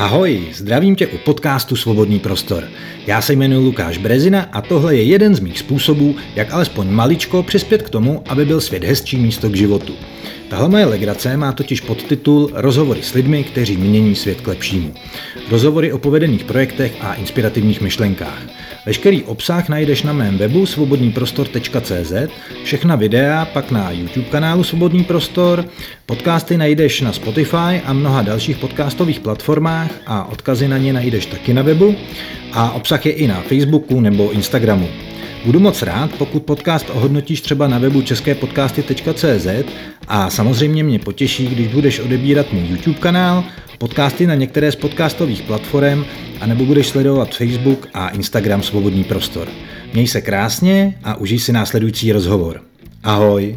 Ahoj, zdravím tě u podcastu Svobodný prostor. Já se jmenuji Lukáš Brezina a tohle je jeden z mých způsobů, jak alespoň maličko přispět k tomu, aby byl svět hezčí místo k životu. Tahle moje legrace má totiž podtitul Rozhovory s lidmi, kteří mění svět k lepšímu. Rozhovory o povedených projektech a inspirativních myšlenkách. Veškerý obsah najdeš na mém webu svobodnýprostor.cz, všechna videa pak na YouTube kanálu Svobodný prostor, podcasty najdeš na Spotify a mnoha dalších podcastových platformách a odkazy na ně najdeš taky na webu a obsah je i na Facebooku nebo Instagramu. Budu moc rád, pokud podcast ohodnotíš třeba na webu česképodcasty.cz a samozřejmě mě potěší, když budeš odebírat můj YouTube kanál, podcasty na některé z podcastových platform a nebo budeš sledovat Facebook a Instagram Svobodný prostor. Měj se krásně a užij si následující rozhovor. Ahoj.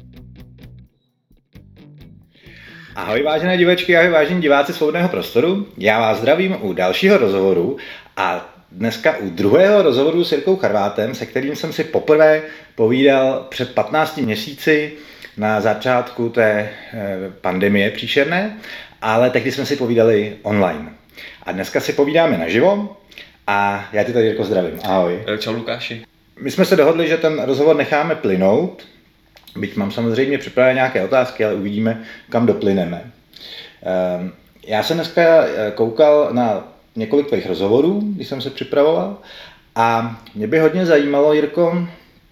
Ahoj vážené divačky, ahoj vážení diváci Svobodného prostoru. Já vás zdravím u dalšího rozhovoru a dneska u druhého rozhovoru s Jirkou Charvátem, se kterým jsem si poprvé povídal před 15 měsíci na začátku té pandemie příšerné, ale tehdy jsme si povídali online. A dneska si povídáme naživo a já tě tady, Jirko, zdravím. Ahoj. Čau, Lukáši. My jsme se dohodli, že ten rozhovor necháme plynout, byť mám samozřejmě připravené nějaké otázky, ale uvidíme, kam doplyneme. Já jsem dneska koukal na několik tvých rozhovorů, když jsem se připravoval, a mě by hodně zajímalo, Jirko,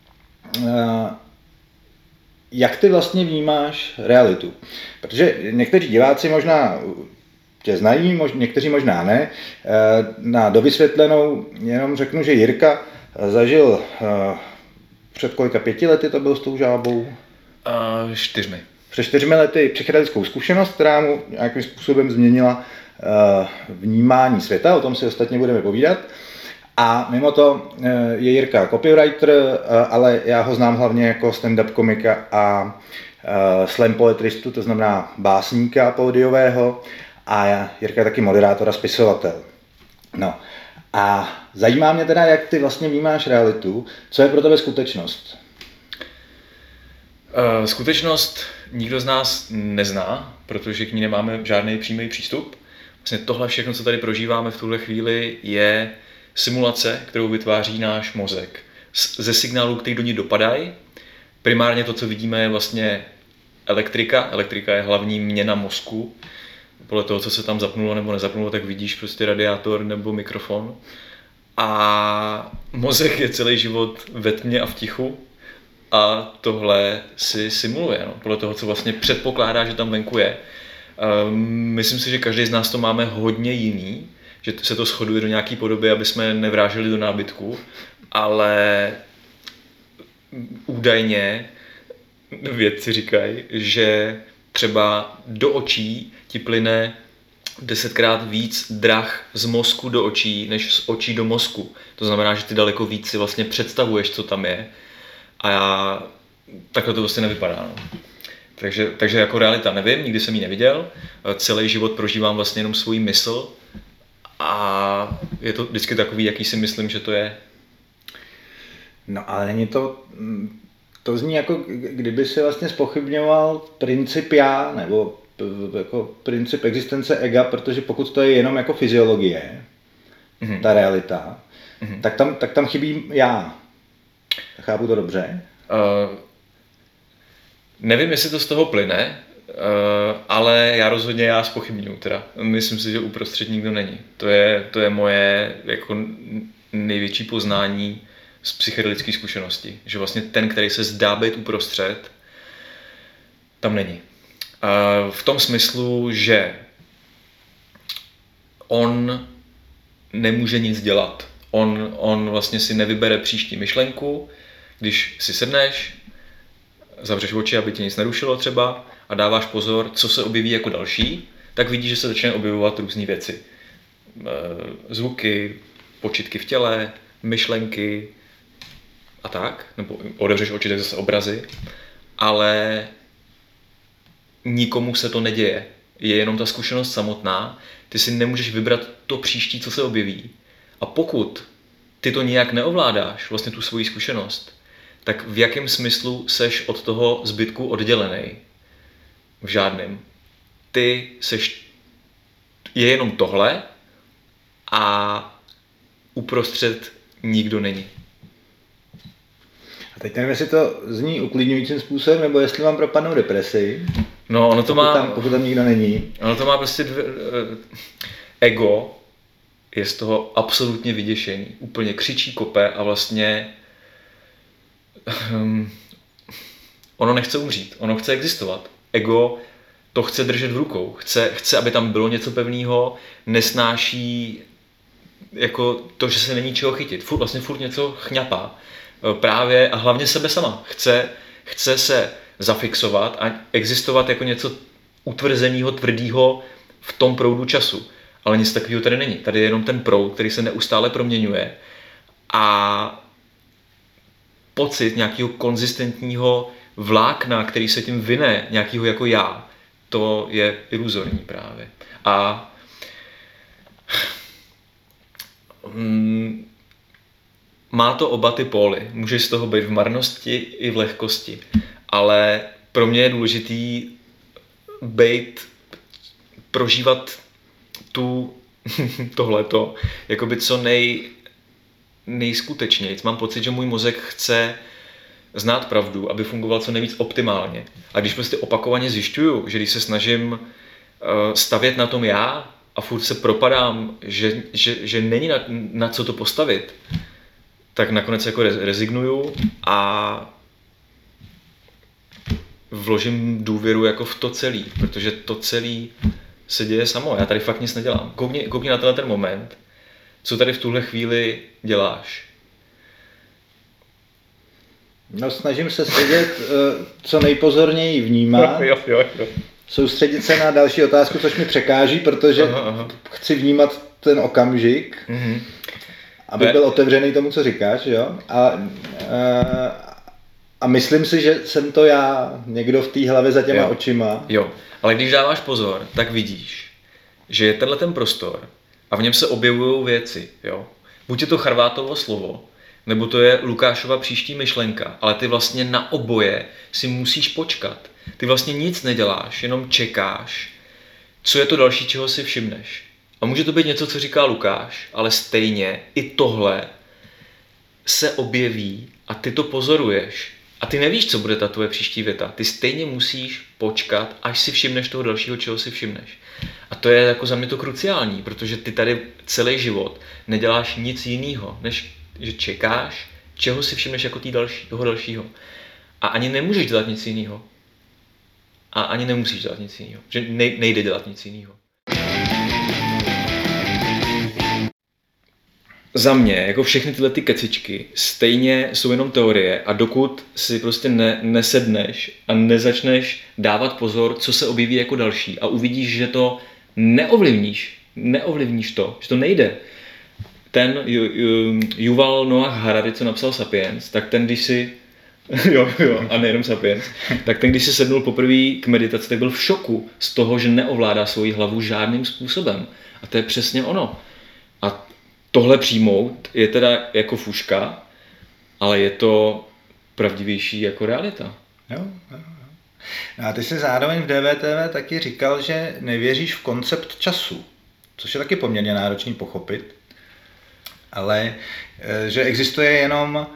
jak ty vlastně vnímáš realitu. Protože někteří diváci možná tě znají, někteří možná ne. Na dovysvětlenou jenom řeknu, že Jirka zažil před kolika 5 lety to bylo s tou žábou? 4. Před 4 lety psychedelickou zkušenost, která mu nějakým způsobem změnila vnímání světa, o tom si ostatně budeme povídat. A mimo to je Jirka copywriter, ale já ho znám hlavně jako stand-up komika a slam poetristu, to znamená básníka pódiového, a Jirka je taky moderátor a spisovatel. No a zajímá mě teda, jak ty vlastně vnímáš realitu, co je pro tebe skutečnost? Skutečnost nikdo z nás nezná, protože k ní nemáme žádný přímý přístup. Vlastně tohle všechno, co tady prožíváme v tuhle chvíli, je simulace, kterou vytváří náš mozek. Ze signálů, který do ní dopadají, primárně to, co vidíme, je vlastně elektrika. Elektrika je hlavní měna mozku. Podle toho, co se tam zapnulo nebo nezapnulo, tak vidíš prostě radiátor nebo mikrofon. A mozek je celý život ve tmě a v tichu. A tohle si simuluje, no, podle toho, co vlastně předpokládá, že tam venku je. Myslím si, že každý z nás to máme hodně jiný, že se to shoduje do nějaké podoby, aby jsme nevráželi do nábytku, ale údajně vědci říkají, že třeba do očí ti plyne 10krát víc drah z mozku do očí, než z očí do mozku. To znamená, že ty daleko víc si vlastně představuješ, co tam je. A takhle to vlastně nevypadá. No. Takže jako realita nevím, nikdy jsem ji neviděl. Celý život prožívám vlastně jenom svůj mysl a je to vždycky takový, jaký si myslím, že to je. No ale není to zní jako kdyby si vlastně zpochybňoval princip já, nebo jako princip existence ega, protože pokud to je jenom jako fyziologie, ta realita, tak tam chybí já. Chápu to dobře? Nevím, jestli to z toho plyne, ale já rozhodně zpochybňuji teda. Myslím si, že uprostřed nikdo není. To je moje jako největší poznání z psychedelické zkušenosti. Že vlastně ten, který se zdá být uprostřed, tam není. V tom smyslu, že on nemůže nic dělat. On vlastně si nevybere příští myšlenku, když si sedneš, zavřeš oči, aby tě nic nerušilo třeba a dáváš pozor, co se objeví jako další, tak vidíš, že se začne objevovat různé věci. Zvuky, počitky v těle, myšlenky a tak, nebo otevřeš oči, tak zase obrazy, ale nikomu se to neděje. Je jenom ta zkušenost samotná, ty si nemůžeš vybrat to příští, co se objeví. A pokud ty to nijak neovládáš, vlastně tu svoji zkušenost, tak v jakém smyslu seš od toho zbytku oddělený? V žádném. Ty seš je jenom tohle a uprostřed nikdo není. A teď nevím, jestli to zní uklidňujícím způsobem, nebo jestli mám propadnou depresi. No, ono to pokud tam nikdo není. Ono to má prostě ego je z toho absolutně vyděšený. Úplně křičí, kope a vlastně ono nechce umřít, ono chce existovat. Ego to chce držet v rukou, chce, aby tam bylo něco pevného, nesnáší jako to, že se není čeho chytit. Furt něco chňapá. Právě a hlavně sebe sama. Chce se zafixovat a existovat jako něco utvrzeného, tvrdého v tom proudu času. Ale nic takového tady není. Tady je jenom ten proud, který se neustále proměňuje a pocit nějakého konzistentního vlákna, který se tím vyne, nějakého jako já, to je iluzorní právě. A má to oba ty póly. Můžeš z toho být v marnosti i v lehkosti. Ale pro mě je důležitý prožívat tohleto jakoby co nejskutečněji. Mám pocit, že můj mozek chce znát pravdu, aby fungoval co nejvíc optimálně. A když prostě opakovaně zjišťuju, že když se snažím stavět na tom já a furt se propadám, že není na co to postavit, tak nakonec jako rezignuju a vložím důvěru jako v to celý, protože to celý se děje samo. Já tady fakt nic nedělám. Koukni na ten moment, co tady v tuhle chvíli děláš. No, snažím se sedět co nejpozorněji vnímat. Jo. Soustředit se na další otázku, což mi překáží, protože chci vnímat ten okamžik, aby byl otevřený tomu, co říkáš, jo? A myslím si, že jsem to já, někdo v té hlavě za těma očima. Jo, ale když dáváš pozor, tak vidíš, že je tenhle ten prostor a v něm se objevují věci, jo? Buď je to Charvátovo slovo, nebo to je Lukášova příští myšlenka, ale ty vlastně na oboje si musíš počkat. Ty vlastně nic neděláš, jenom čekáš, co je to další, čeho si všimneš. A může to být něco, co říká Lukáš, ale stejně i tohle se objeví a ty to pozoruješ. A ty nevíš, co bude ta tvoje příští věta. Ty stejně musíš počkat, až si všimneš toho dalšího, čeho si všimneš. A to je jako za mě to kruciální, protože ty tady celý život neděláš nic jiného, než že čekáš, čeho si všimneš jako toho dalšího. A ani nemůžeš dělat nic jiného. A ani nemusíš dělat nic jiného. Že nejde dělat nic jiného. Za mě, jako všechny tyhle ty kecičky, stejně jsou jenom teorie a dokud si prostě nesedneš a nezačneš dávat pozor, co se objeví jako další a uvidíš, že to neovlivníš to, že to nejde. Ten Yuval Noah Harari, co napsal Sapiens, tak ten, když si a nejenom Sapiens, tak ten, když si sednul poprvé k meditaci, tak byl v šoku z toho, že neovládá svoji hlavu žádným způsobem. A to je přesně ono. A tohle přijmout je teda jako fuška, ale je to pravdivější jako realita. Jo. No a ty jsi zároveň v DVTV taky říkal, že nevěříš v koncept času, což je taky poměrně náročný pochopit, ale že existuje jenom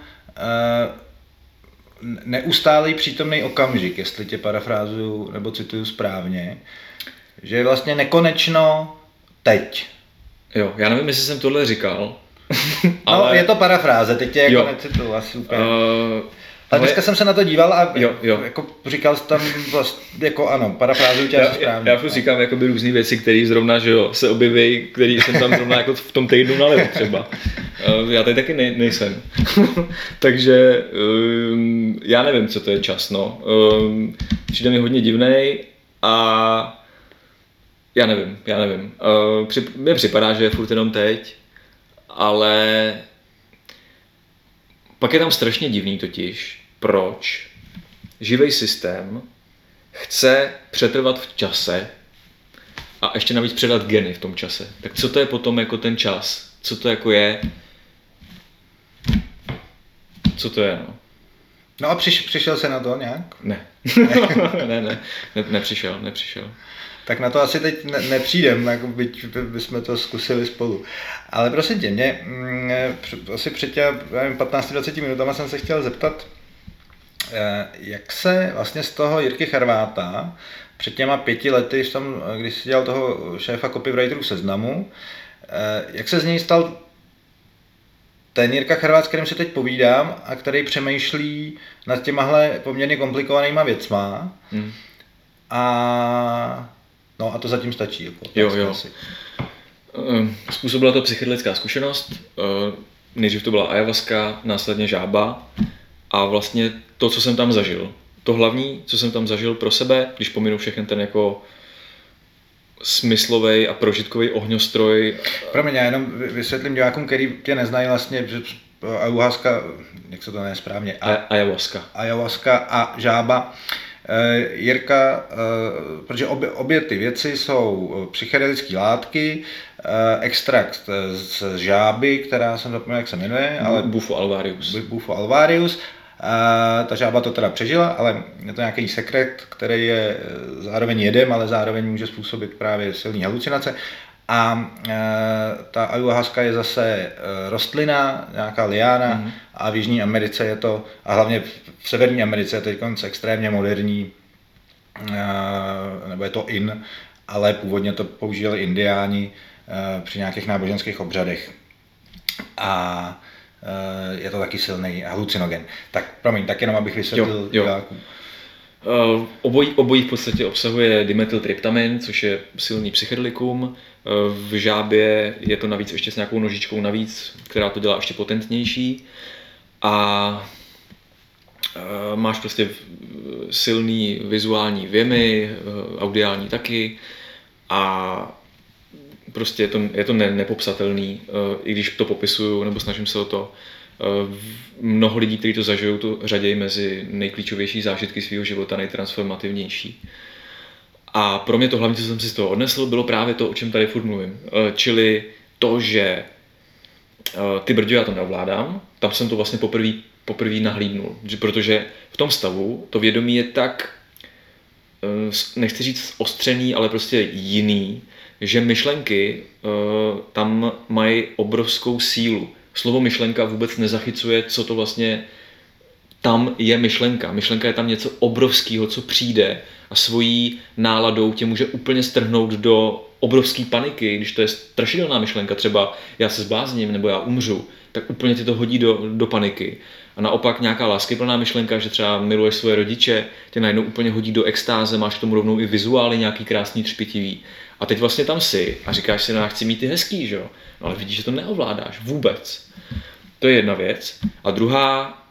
neustálý přítomný okamžik, jestli tě parafrázuju nebo cituju správně, že je vlastně nekonečno teď. Jo, já nevím, jestli jsem tohle říkal. Ale... No, je to parafráze, teď tě jako necituju asi úplně. Ale dneska jsem se na to díval a jako říkal jsi tam vlastně, jako ano, parafrázuju tě asi správně. Já říkám jakoby různý věci, které zrovna, že jo, se objeví, které jsem tam zrovna jako v tom týdnu nalil třeba. Já tady taky nejsem. Takže já nevím, co to je čas, no. Přijde mi hodně divnej a já nevím. Mně připadá, že je furt jenom teď, ale pak je tam strašně divný totiž, proč živý systém chce přetrvat v čase a ještě navíc předat geny v tom čase. Tak co to je potom jako ten čas? Co to jako je? Co to je, no? No a přišel se na to nějak? Ne. Nepřišel. Tak na to asi teď nepřijdem, jako byť bychom to zkusili spolu. Ale prosím tě, asi před 15-20 minutama jsem se chtěl zeptat, jak se vlastně z toho Jirky Charváta před těma 5 lety, když jsi dělal toho šéfa copywriterů Seznamu, jak se z něj stal ten Jirka Charvát, s kterým se teď povídám a který přemýšlí nad těmahle poměrně komplikovanýma věcma. A to zatím stačí. Jako, jo. Způsobila to psychedelická zkušenost. Nejdřív to byla ayahuasca, následně žába. A vlastně to, co jsem tam zažil. To hlavní, co jsem tam zažil pro sebe, když pominu všechny ten jako smyslový a prožitkový ohňostroj. Promiň, já jenom vysvětlím divákům, který tě neznají vlastně, že ayahuasca, jak se to jmenuje správně? Ayahuasca a žába. Jirka, protože obě ty věci jsou psychedelické látky, extrakt z žáby, která jsem zapomněl, jak se jmenuje, ale Bufo alvarius. Ta žába to teda přežila, ale je to nějaký sekret, který je zároveň jedem, ale zároveň může způsobit právě silné halucinace. A ta ayahuasca je zase rostlina, nějaká liána, a v Jižní Americe je to, a hlavně v Severní Americe je to teď extrémně moderní, nebo je to ale původně to používali indiáni při nějakých náboženských obřadech. A je to taky silný halucinogen. Tak promiň, tak jenom abych vysvětlil divákům. Obojí v podstatě obsahuje dimethyltryptamin, což je silný psychedelikum. V žábě je to navíc ještě s nějakou nožičkou navíc, která to dělá ještě potentnější. A máš prostě silný vizuální vjemy, audiální taky. A prostě je to nepopsatelný, i když to popisuju nebo snažím se o to. Mnoho lidí, kteří to zažijou, to řadějí mezi nejklíčovější zážitky svého života, nejtransformativnější. A pro mě to hlavně, co jsem si z toho odnesl, bylo právě to, o čem tady furt mluvím. Čili to, že ty brďo, já to neovládám, tam jsem to vlastně poprvé nahlídnul. Protože v tom stavu to vědomí je tak, nechci říct ostřený, ale prostě jiný, že myšlenky tam mají obrovskou sílu. Slovo myšlenka vůbec nezachycuje, co to vlastně tam je myšlenka. Myšlenka je tam něco obrovského, co přijde a svojí náladou tě může úplně strhnout do obrovské paniky, když to je strašidelná myšlenka, třeba já se zblázním nebo já umřu, tak úplně ti to hodí do paniky. A naopak nějaká láskyplná myšlenka, že třeba miluješ svoje rodiče, tě najednou úplně hodí do extáze, máš k tomu rovnou i vizuály nějaký krásný, třpitivý. A teď vlastně tam jsi a říkáš si, no já chci mít ty hezký, že jo? No, ale vidíš, že to neovládáš vůbec. To je jedna věc. A druhá,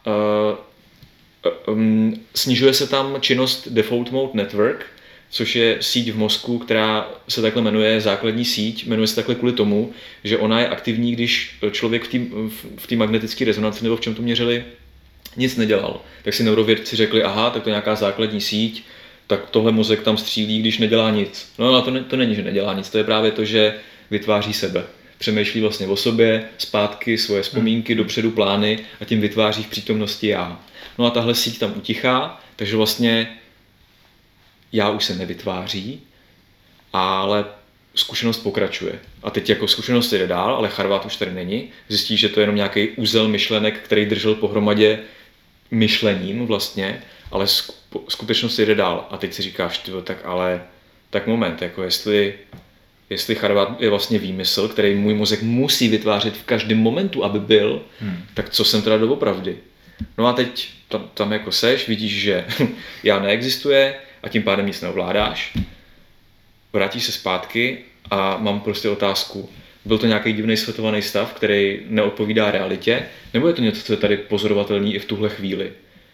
snižuje se tam činnost Default Mode Network, což je síť v mozku, která se takhle jmenuje základní síť. Jmenuje se takhle kvůli tomu, že ona je aktivní, když člověk v té magnetické rezonanci nebo v čem to měřili, nic nedělal. Tak si neurovědci řekli, aha, tak to je nějaká základní síť, tak tohle mozek tam střílí, když nedělá nic. No ale to není, že nedělá nic, to je právě to, že vytváří sebe. Přemýšlí vlastně o sobě, zpátky, svoje vzpomínky, dopředu plány a tím vytváří v přítomnosti já. No a tahle síť tam utichá, takže vlastně já už se nevytváří, ale zkušenost pokračuje. A teď jako zkušenost jde dál, ale Charvát už tady není. Zjistí, že to je jenom nějaký úzel myšlenek, který držel pohromadě myšlením vlastně, ale skutečnost jde dál. A teď si říkáš, tak moment, jako jestli Charvát je vlastně výmysl, který můj mozek musí vytvářet v každém momentu, aby byl, tak co jsem teda doopravdy? No a teď tam jako seš, vidíš, že já neexistuje a tím pádem nic neovládáš. Vrátíš se zpátky a mám prostě otázku. Byl to nějaký divný světovaný stav, který neodpovídá realitě, nebo je to něco, co je tady pozorovatelný i v tuhle chvíli?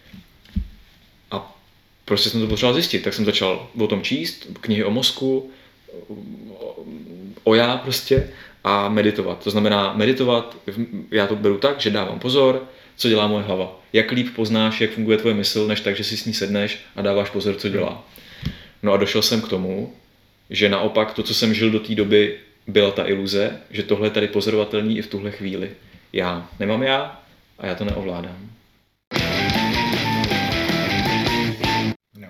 A prostě jsem to potřeboval zjistit, tak jsem začal o tom číst, knihy o mozku, o já prostě a meditovat. To znamená meditovat, já to beru tak, že dávám pozor, co dělá moje hlava. Jak líp poznáš, jak funguje tvoje mysl, než tak, že si s ní sedneš a dáváš pozor, co dělá. No a došel jsem k tomu, že naopak to, co jsem žil do té doby, byla ta iluze, že tohle je tady pozorovatelný i v tuhle chvíli. Já nemám já a já to neovládám.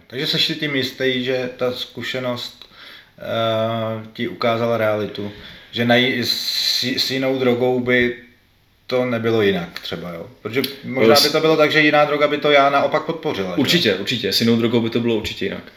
Takže jsi si tím jistý, že ta zkušenost ti ukázala realitu, že s jinou drogou by to nebylo jinak třeba, jo? Protože možná by to bylo tak, že jiná droga by to já naopak podpořila. Určitě, s jinou drogou by to bylo určitě jinak.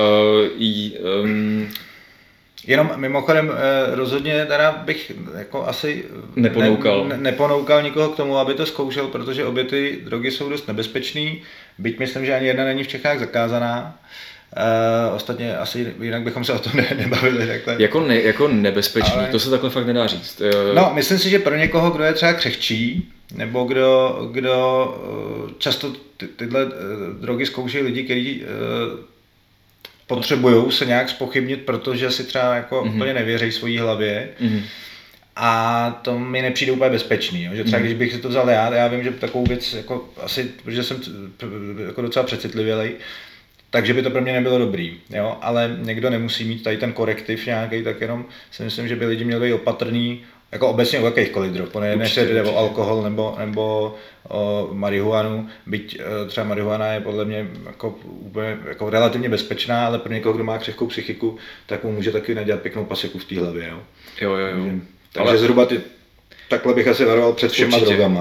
Jenom mimochodem rozhodně teda bych jako asi neponoukal nikoho k tomu, aby to zkoušel, protože obě ty drogy jsou dost nebezpečný, byť myslím, že ani jedna není v Čechách zakázaná. Ostatně asi jinak bychom se o tom nebavili takhle. Jako nebezpečný, ale to se takhle fakt nedá říct. No, myslím si, že pro někoho, kdo je třeba křehčí, nebo kdo často tyhle drogy zkoušejí lidi, kteří potřebujou se nějak zpochybnit, protože si třeba jako úplně nevěří svojí hlavě. A to mi nepřijde úplně bezpečný, jo? Že třeba když bych si to vzal já vím, že takovou věc jako asi, protože jsem jako docela přecitlivělej, takže by to pro mě nebylo dobrý, jo? Ale někdo nemusí mít tady ten korektiv nějaký, tak jenom si myslím, že by lidi měli být opatrný, jako obecně u jakýchkoliv drog, než se jde o alkohol nebo o marihuanu, byť třeba marihuana je podle mě jako úplně jako relativně bezpečná, ale pro někoho, kdo má křehkou psychiku, tak mu může taky nadělat pěknou pasiku v té hlavě, jo. Jo. Takže ale zhruba takhle bych asi varoval před všema drogama.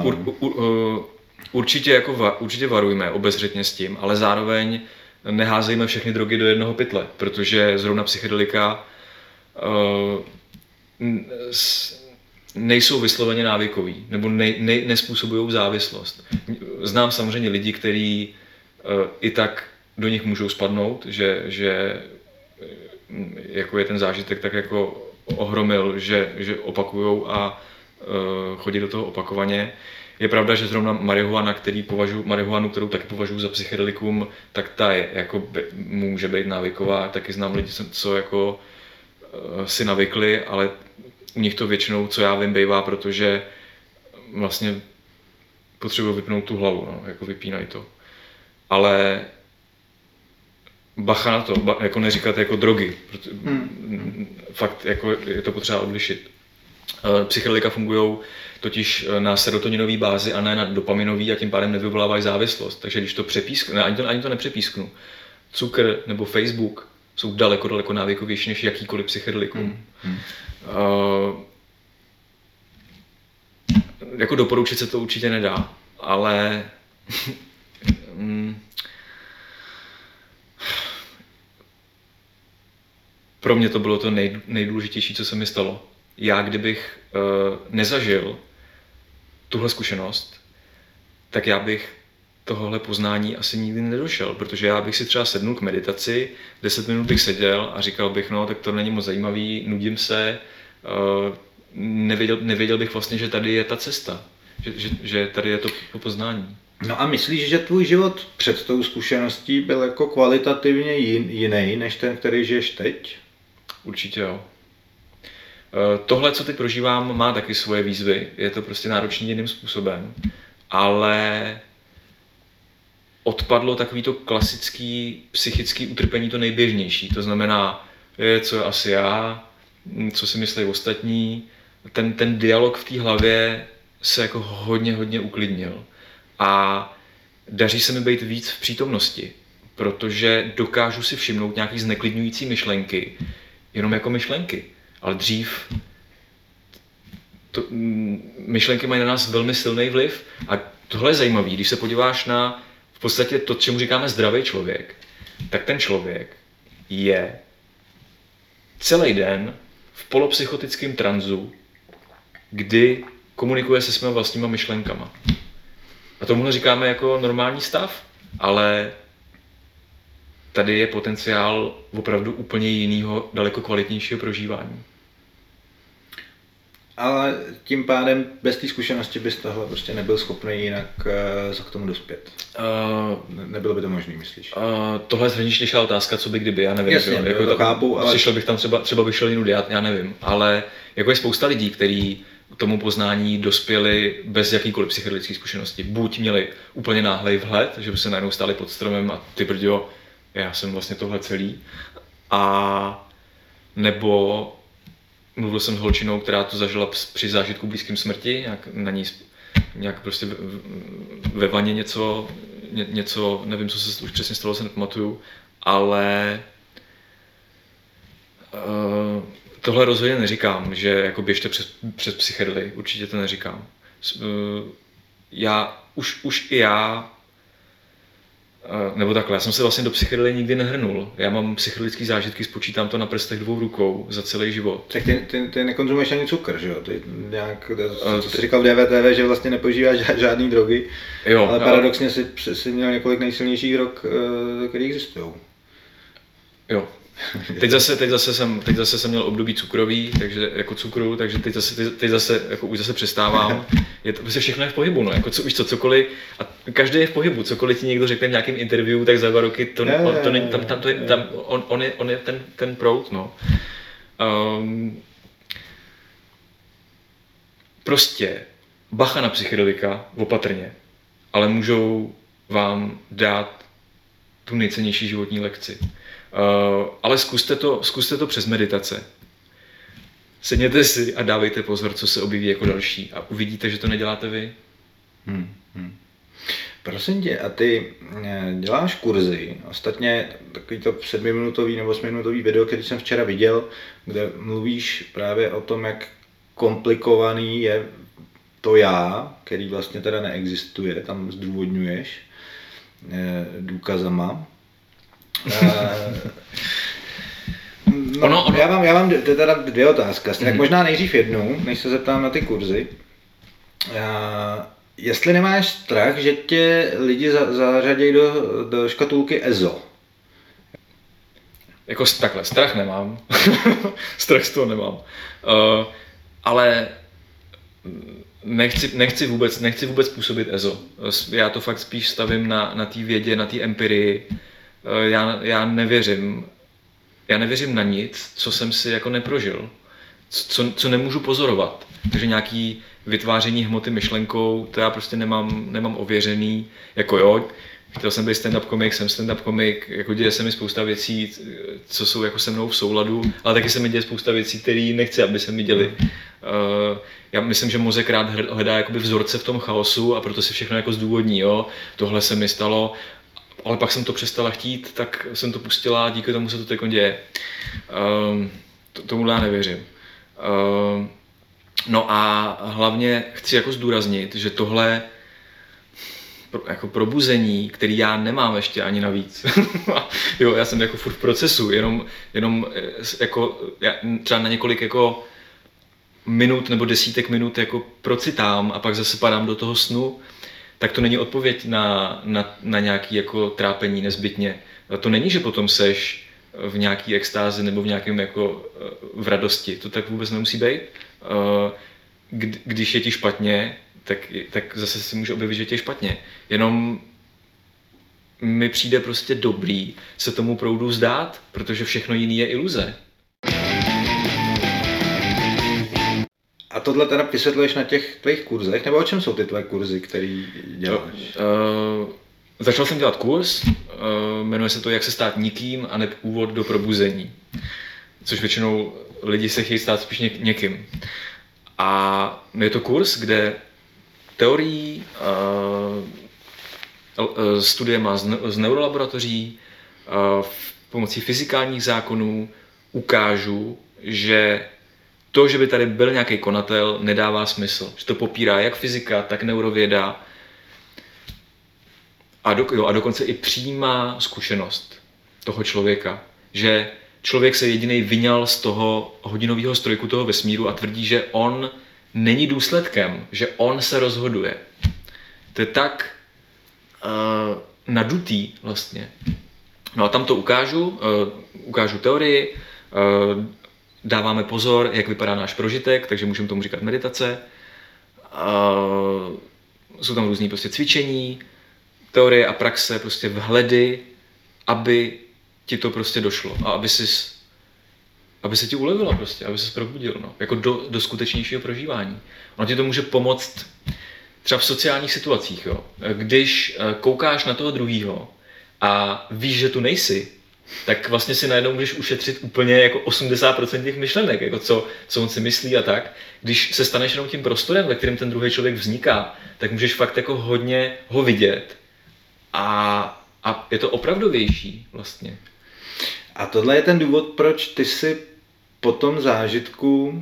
Určitě varujme obezřetně s tím, ale zároveň neházejme všechny drogy do jednoho pytle, protože zrovna psychedelika nejsou vysloveně návykový, nebo nespůsobují závislost. Znám samozřejmě lidi, kteří i tak do nich můžou spadnout, že jako je ten zážitek tak jako ohromil, že opakujou a chodí do toho opakovaně. Je pravda, že zrovna marihuanu, kterou taky považuji za psychedelikum, tak ta je, jako může být návyková. Taky znám lidi, co jako si navykli, ale u nich to většinou, co já vím, bývá, protože vlastně potřebují vypnout tu hlavu, no, jako vypínají to. Ale bacha na to, jako neříkat jako drogy, fakt jako je to potřeba odlišit. Psychedelika fungují totiž na serotoninové bázi a ne na dopaminový a tím pádem nevyvolávají závislost. Takže když to přepísknu, ani to nepřepísknu, cukr nebo Facebook jsou daleko návykovější než jakýkoliv psychedelikum. Jako doporučit se to určitě nedá, ale pro mě to bylo to nejdůležitější, co se mi stalo. Já kdybych nezažil tuhle zkušenost, tak já bych tohohle poznání asi nikdy nedošel, protože já bych si třeba sednul k meditaci, 10 minut bych seděl a říkal bych, no tak to není moc zajímavý, nudím se, nevěděl bych vlastně, že tady je ta cesta, že tady je to poznání. No a myslíš, že tvůj život před tou zkušeností byl jako kvalitativně jiný než ten, který žiješ teď? Určitě jo. Tohle, co teď prožívám, má taky svoje výzvy, je to prostě náročný jiným způsobem, ale odpadlo takový to klasický psychický utrpení, to nejběžnější, to znamená, co je asi já, co si myslí ostatní, ten dialog v té hlavě se jako hodně uklidnil a daří se mi být víc v přítomnosti, protože dokážu si všimnout nějaký zneklidňující myšlenky, jenom jako myšlenky. Ale dřív myšlenky mají na nás velmi silný vliv a tohle je zajímavé, když se podíváš na v podstatě to, čemu říkáme zdravý člověk, tak ten člověk je celý den v polopsychotickém tranzu, kdy komunikuje se svými vlastníma myšlenkama. A tomuhle říkáme jako normální stav, ale tady je potenciál opravdu úplně jinýho, daleko kvalitnějšího prožívání. Ale tím pádem bez té zkušenosti bys tohle prostě nebyl schopný jinak se k tomu dospět. Nebylo by to možný, myslíš? Tohle je hodně těžká otázka, co by kdyby, já nevím. Jasně, jako to chápu, ale... Přišel bych tam třeba bych šel jinou já nevím. Ale jako je spousta lidí, kteří k tomu poznání dospěli bez jakýkoliv psychedelické zkušenosti. Buď měli úplně náhlej vhled, že by se najednou stáli pod stromem a ty brďo, já jsem vlastně tohle celý. A nebo mluvil jsem s holčinou, která to zažila při zážitku blízkým smrti, nějak prostě ve vaně něco, nevím, co se už přesně stalo, se nepamatuju. ale tohle rozhodně neříkám, že jako běžte přes psychedelii, určitě to neříkám. Už i já, nebo takhle, já jsem se vlastně do psychedelie nikdy nehrnul. Já mám psychedelické zážitky, spočítám to na prstech 2 rukou za celý život. Tak ty nekonzumuješ ani cukr, že jo? Ty nějak, co jsi říkal v DVTV, že vlastně nepoužíváš žádný drogy, jo, ale paradoxně jsi měl několik nejsilnějších drog, které existují. Jo. Teď zase jsem měl období cukrový, takže jako cukru, takže teď zase jako už zase přestávám. Je to prostě všechno je v pohybu, no, jako víš co, cokoliv, a každý je v pohybu, cokoliv ti někdo řekne v nějakém interview, tak za 2 roky to není, on je ten proud, no. Prostě bacha na psychedelika, opatrně, ale můžou vám dát tu nejcennější životní lekci. Ale zkuste to přes meditace. Sedněte si a dávejte pozor, co se objeví jako další a uvidíte, že to neděláte vy. Prosím tě, a ty děláš kurzy, ostatně takový to 7minutový nebo 8minutový video, který jsem včera viděl, kde mluvíš právě o tom, jak komplikovaný je to já, který vlastně teda neexistuje, tam zdůvodňuješ důkazama. Já mám teda 2 otázky. Tak možná nejdřív jednu, než se zeptám na ty kurzy. Jestli nemáš strach, že tě lidi zařadějí do škatulky EZO? Jako takhle, strach nemám. Strach z toho nemám. Ale nechci vůbec působit EZO. Já to fakt spíš stavím na té vědě, na té empirii. Já nevěřím na nic, co jsem si jako neprožil, co nemůžu pozorovat. Takže nějaký vytváření hmoty myšlenkou, to já prostě nemám ověřený, jako jo, chtěl jsem být stand-up komik, jsem stand-up komik, jako děje se mi spousta věcí, co jsou jako se mnou v souladu, ale taky se mi děje spousta věcí, které nechci, aby se mi děly. Já myslím, že mozek rád hledá jakoby vzorce v tom chaosu a proto si všechno jako zdůvodní, jo, tohle se mi stalo, ale pak jsem to přestala chtít, tak jsem to pustila a díky tomu se to teď děje. Tomuhle já nevěřím. No a hlavně chci jako zdůraznit, že tohle jako probuzení, který já nemám ještě ani navíc. Jo, já jsem jako furt v procesu, jenom jako třeba na několik jako minut nebo desítek minut jako procitám a pak zase padám do toho snu, tak to není odpověď na nějaký jako trápení nezbytně. To není, že potom seš v nějaký extázi nebo v nějakém jako v radosti. To tak vůbec nemusí být. Když je ti špatně, tak zase si může objevit, že tě je špatně. Jenom mi přijde prostě dobrý se tomu proudu vzdát, protože všechno jiné je iluze. A tohle teda vysvětluješ na těch tvých kurzech, nebo o čem jsou ty tvoje kurzy, který děláš? Začal jsem dělat kurz, jmenuje se to Jak se stát nikým a neb úvod do probuzení. Což většinou lidi se chtějí stát spíš někým. A je to kurz, kde teorií, studiema z neurolaboratoří, pomocí fyzikálních zákonů ukážu, že to, že by tady byl nějaký konatel, nedává smysl. Že to popírá jak fyzika, tak neurověda a dokonce i přímá zkušenost toho člověka. Že člověk se jedinej vyňal z toho hodinového strojku toho vesmíru a tvrdí, že on není důsledkem, že on se rozhoduje. To je tak nadutý vlastně. No a tam to ukážu teorii, dáváme pozor, jak vypadá náš prožitek, takže můžeme tomu říkat meditace. Jsou tam různý prostě cvičení, teorie a praxe, prostě vhledy, aby ti to prostě došlo a aby se ti ulevilo prostě, aby se probudil, no, jako do skutečnějšího prožívání. Ono ti to může pomoct třeba v sociálních situacích, jo. Když koukáš na toho druhýho a víš, že tu nejsi, tak vlastně si najednou můžeš ušetřit úplně jako 80% těch myšlenek, jako co on si myslí a tak. Když se staneš jenom tím prostorem, ve kterém ten druhý člověk vzniká, tak můžeš fakt jako hodně ho vidět a je to opravdovější vlastně. A tohle je ten důvod, proč ty si po tom zážitku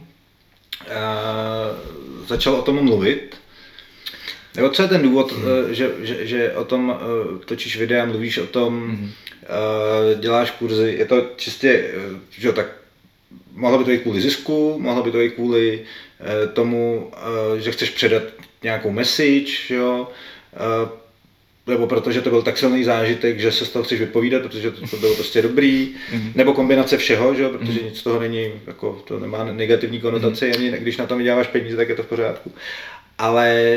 začal o tom mluvit. Nebo co je ten důvod, že o tom točíš videa, mluvíš o tom, děláš kurzy, je to čistě, že tak mohlo by to jít kvůli zisku, mohlo by to jít kvůli tomu, že chceš předat nějakou message, jo, nebo protože to byl tak silný zážitek, že se z toho chceš vypovídat, protože to bylo prostě dobrý, nebo kombinace všeho, že? Protože nic z toho není, jako, to nemá negativní konotaci, ani když na tom vyděláváš peníze, tak je to v pořádku. Ale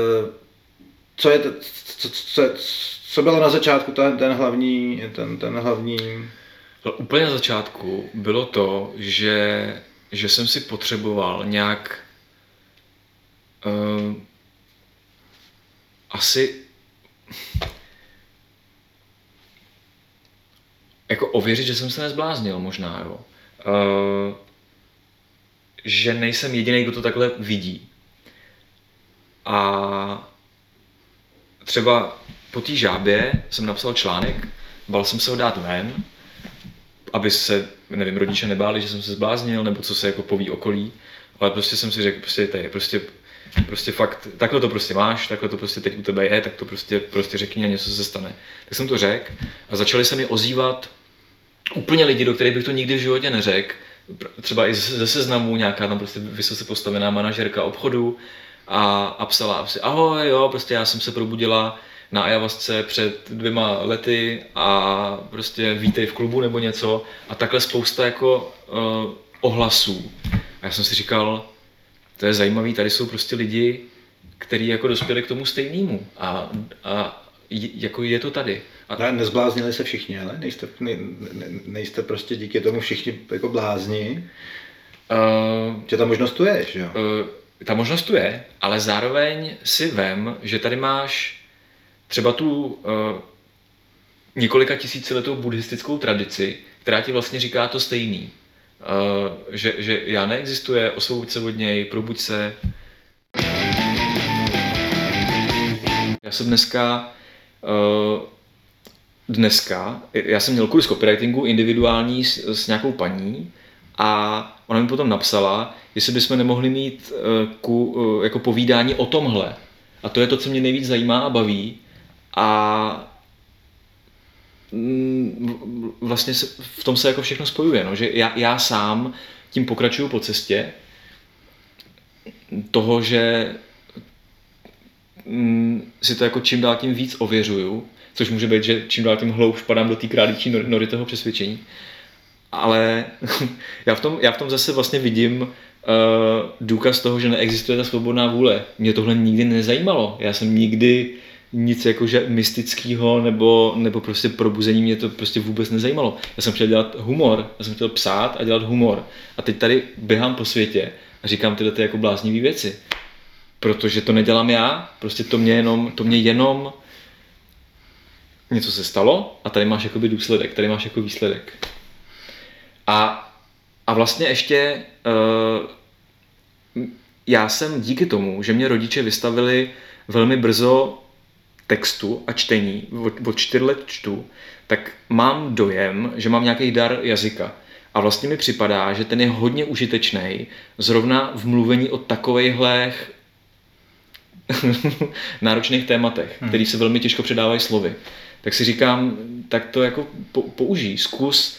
co bylo na začátku ten hlavní... Úplně na začátku bylo to, že jsem si potřeboval nějak asi jako ověřit, že jsem se nezbláznil možná, jo. Že nejsem jediný, kdo to takhle vidí. A třeba po té žábě jsem napsal článek, bál jsem se ho dát ven, aby se, nevím, rodiče nebáli, že jsem se zbláznil, nebo co se jako poví okolí, ale prostě jsem si řekl, prostě fakt, takhle to prostě máš, takhle to prostě teď u tebe je, tak to prostě řekni a něco se stane. Tak jsem to řekl a začali se mi ozývat úplně lidi, do kterých bych to nikdy v životě neřekl, třeba i ze Seznamu, nějaká tam prostě vysoce postavená manažerka obchodu a psala prostě ahoj, jo, prostě já jsem se probudila na Ajavasce před 2 lety a prostě vítej v klubu nebo něco a takhle spousta jako ohlasů. A já jsem si říkal, to je zajímavý, tady jsou prostě lidi, kteří jako dospěli k tomu stejnému a jako je to tady. A nezbláznili se všichni, ale nejste prostě díky tomu všichni jako blázni, že ta možnost tu je, že jo? Ta možnost tu je, ale zároveň si vem, že tady máš třeba tu několika tisíciletou buddhistickou tradici, která ti vlastně říká to stejný. Že já neexistuje, osvoboď se od něj, probuď se. Já jsem já jsem měl kurz copywritingu individuální s nějakou paní a ona mi potom napsala, jestli bychom nemohli mít jako povídání o tomhle. A to je to, co mě nejvíc zajímá a baví. A vlastně v tom se jako všechno spojuje, no? Že já sám tím pokračuju po cestě toho, že si to jako čím dál tím víc ověřuju, což může být, že čím dál tím hloubš padám do té králíčí nory toho přesvědčení. Ale já v tom zase vlastně vidím důkaz toho, že neexistuje ta svobodná vůle. Mě tohle nikdy nezajímalo. Já jsem nikdy nic jakože mystického nebo prostě probuzení mě to prostě vůbec nezajímalo. Já jsem chtěl dělat humor, já jsem chtěl psát a dělat humor. A teď tady běhám po světě a říkám tyhle jako bláznivý věci. Protože to nedělám já, prostě to mě jenom něco se stalo a tady máš jakoby důsledek, tady máš jako výsledek. A vlastně ještě já jsem díky tomu, že mě rodiče vystavili velmi brzo textu a čtení, od 4 let čtu, tak mám dojem, že mám nějaký dar jazyka. A vlastně mi připadá, že ten je hodně užitečný zrovna v mluvení o takovejhle náročných tématech, který se velmi těžko předávají slovy. Tak si říkám, tak to jako použij, zkus.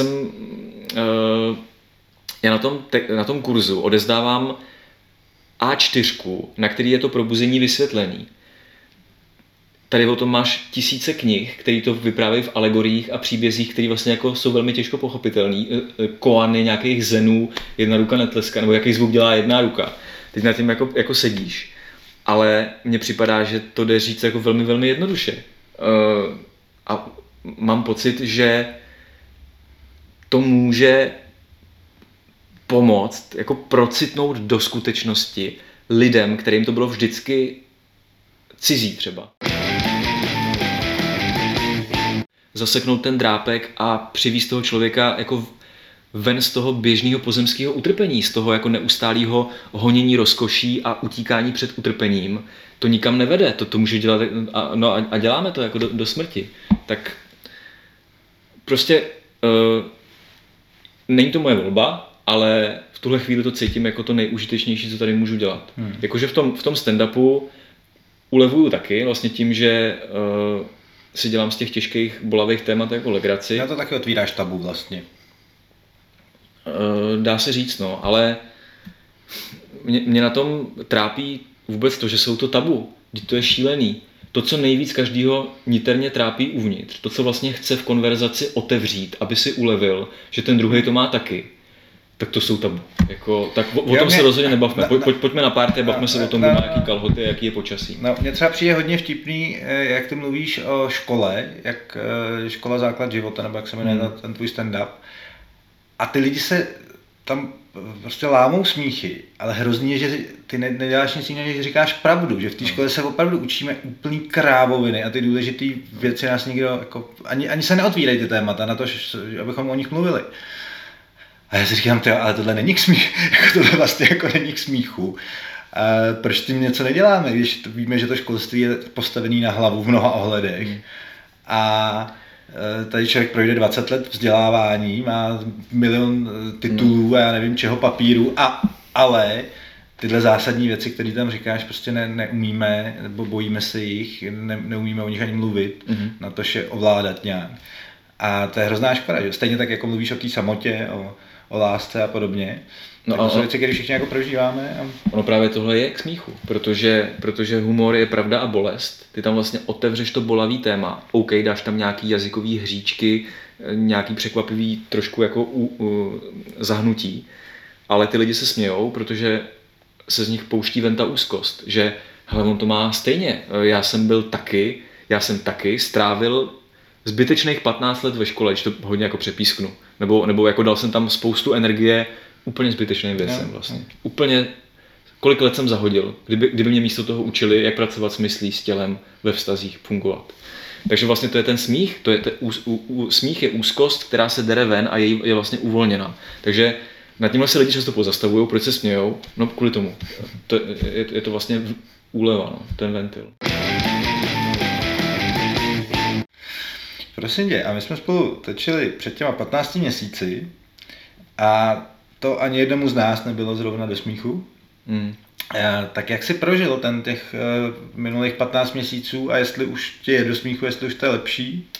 Já na tom kurzu odezdávám A4, na který je to probuzení vysvětlený. Tady o tom máš tisíce knih, které to vyprávějí v alegoriích a příbězích, které vlastně jako jsou velmi těžko pochopitelný. Koany nějakých zenů, jedna ruka netleská, nebo jaký zvuk dělá jedna ruka. Teď na tím jako sedíš. Ale mně připadá, že to jde říct jako velmi, velmi jednoduše. A mám pocit, že to může pomoct jako procitnout do skutečnosti lidem, kterým to bylo vždycky cizí třeba. Zaseknout ten drápek a přivést toho člověka jako ven z toho běžného pozemského utrpení, z toho jako neustálého honění rozkoší a utíkání před utrpením. To nikam nevede, to může dělat a děláme to jako do smrti. Tak prostě Není to moje volba, ale v tuhle chvíli to cítím jako to nejužitečnější, co tady můžu dělat. Jakože v tom stand-upu ulevuju taky, vlastně tím, že si dělám z těch těžkých, bolavých témat jako legraci. Já to taky otvíráš tabu vlastně. Dá se říct, no, ale mě na tom trápí vůbec to, že jsou to tabu. Vždyť to je šílený. To, co nejvíc každýho niterně trápí uvnitř, to, co vlastně chce v konverzaci otevřít, aby si ulevil, že ten druhý to má taky, tak to jsou tabu. Jako, tak o tom se rozhodně nebavme. Pojďme na párty a bavme se o tom, kdo má jaký kalhoty, jaký je počasí. No, mně třeba přijde hodně vtipný, jak ty mluvíš o škole, jak škola základ života, nebo jak se jmenuje ten tvůj stand-up. A ty lidi se tam prostě lámou smíchy, ale hrozný je, že ty neděláš nic jiného, že říkáš pravdu, že v té škole se opravdu učíme úplný krávoviny a ty důležité věci nás nikdo, jako, ani se neotvírají ty témata na to, abychom o nich mluvili. A já si říkám, ale tohle není k smíchu, jako tohle vlastně jako není k smíchu. Proč tím něco neděláme, když víme, že to školství je postavené na hlavu v mnoha ohledech. A tady člověk projde 20 let vzdělávání, má milion titulů a já nevím čeho, papíru, ale tyhle zásadní věci, které tam říkáš, prostě neumíme, nebo bojíme se jich, neumíme o nich ani mluvit, na to je ovládat nějak. A to je hrozná škoda, že? Stejně tak, jako mluvíš o té samotě, o lásce a podobně. No to jsou věci, které všichni jako prožíváme. Ono právě tohle je k smíchu, protože humor je pravda a bolest. Ty tam vlastně otevřeš to bolavý téma. OK, dáš tam nějaký jazykový hříčky, nějaký překvapivý trošku jako zahnutí, ale ty lidi se smějou, protože se z nich pouští ven ta úzkost, že hele, on to má stejně. Já jsem taky strávil zbytečných 15 let ve škole, když to hodně jako přepísknu. Nebo jako dal jsem tam spoustu energie úplně zbytečným věcem vlastně. Úplně, kolik let jsem zahodil, kdyby mě místo toho učili, jak pracovat s myslí, s tělem, ve vztazích fungovat. Takže vlastně to je ten smích, smích je úzkost, která se dere ven a je vlastně uvolněná. Takže nad tímhle se lidi často pozastavují, proč se smějou? No kvůli tomu. Je to vlastně úleva, no, ten ventil. Prosím tě, a my jsme spolu točili před těma 15 měsíci a to ani jednomu z nás nebylo zrovna do smíchu. Tak jak jsi prožil těch minulých 15 měsíců a jestli už tě je do smíchu, jestli už to je lepší?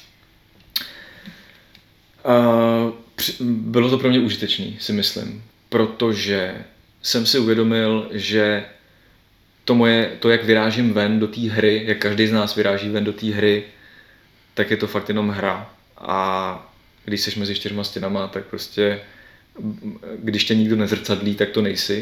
Bylo to pro mě užitečný, si myslím, protože jsem si uvědomil, že to, jak vyrážím ven do té hry, jak každý z nás vyráží ven do té hry, tak je to fakt jenom hra. A když jsi mezi 4 stěnama, tak prostě, když tě nikdo nezrcadlí, tak to nejsi.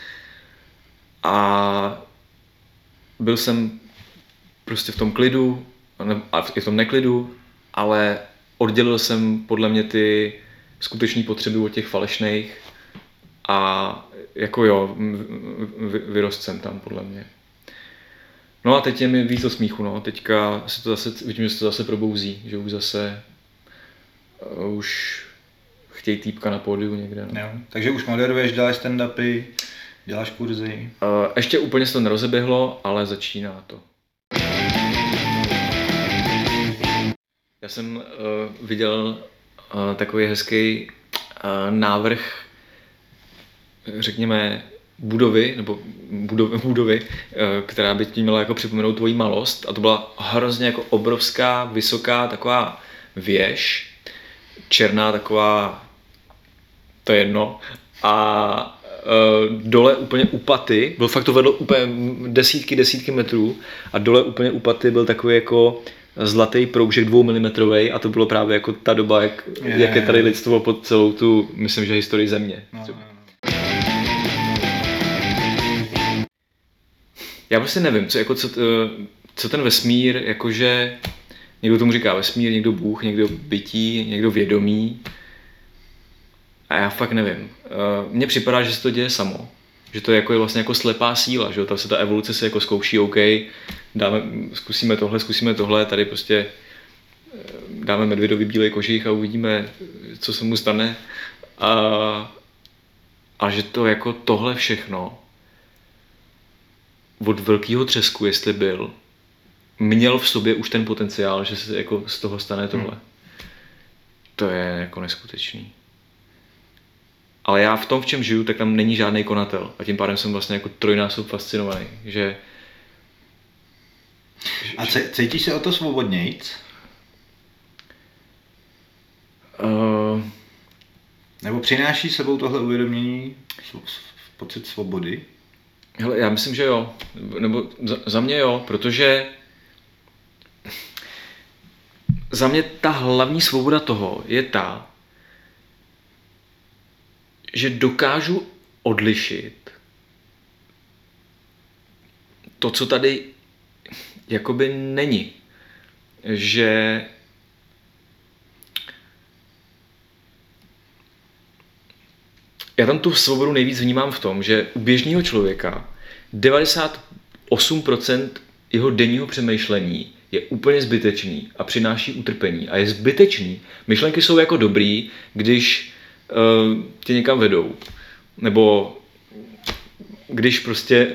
A byl jsem prostě v tom klidu a i v tom neklidu, ale oddělil jsem podle mě ty skutečné potřeby od těch falešných a jako jo, vyrost jsem tam podle mě. No a teď je mi víc do smíchu, no. Teďka se to zase, vidím, že se to zase probouzí, že už zase už chtějí týpka na pódiu někde. No. Jo, takže už moderuješ, děláš stand-upy, děláš kurzy? Ještě úplně se to nerozeběhlo, ale začíná to. Já jsem viděl takový hezký návrh, řekněme, budovy, která by ti měla jako připomenout tvoji malost, a to byla hrozně jako obrovská, vysoká taková věž, černá taková, to je jedno, a dole úplně u paty, byl fakt to vedlo úplně desítky metrů a dole úplně u paty byl takový jako zlatý proužek 2 mm a to bylo právě jako ta doba, jak je tady lidstvo pod celou tu, myslím, že historii země. Já prostě nevím, co ten vesmír, jakože někdo tomu říká vesmír, někdo Bůh, někdo bytí, někdo vědomí. A já fakt nevím. Mně připadá, že se to děje samo. Že to je vlastně jako slepá síla, že ta evoluce se jako zkouší, OK, zkusíme tohle, tady prostě dáme medvědovi bílej kožich a uvidíme, co se mu stane. A že to jako tohle všechno od velkého třesku, jestli měl v sobě už ten potenciál, že se jako z toho stane tohle. To je jako neskutečný. Ale já v tom, v čem žiju, tak tam není žádný konatel. A tím pádem jsem vlastně jako trojnásob fascinovaný. A cítíš se o to svobodnějc? Nebo přináší sebou tohle uvědomění pocit svobody? Hele, já myslím, že jo. Nebo za mě jo, protože za mě ta hlavní svoboda toho je ta, že dokážu odlišit to, co tady jakoby není. Že já tam tu svobodu nejvíc vnímám v tom, že u běžného člověka 98% jeho denního přemýšlení je úplně zbytečný a přináší utrpení. A je zbytečný. Myšlenky jsou jako dobrý, když tě někam vedou. Nebo když prostě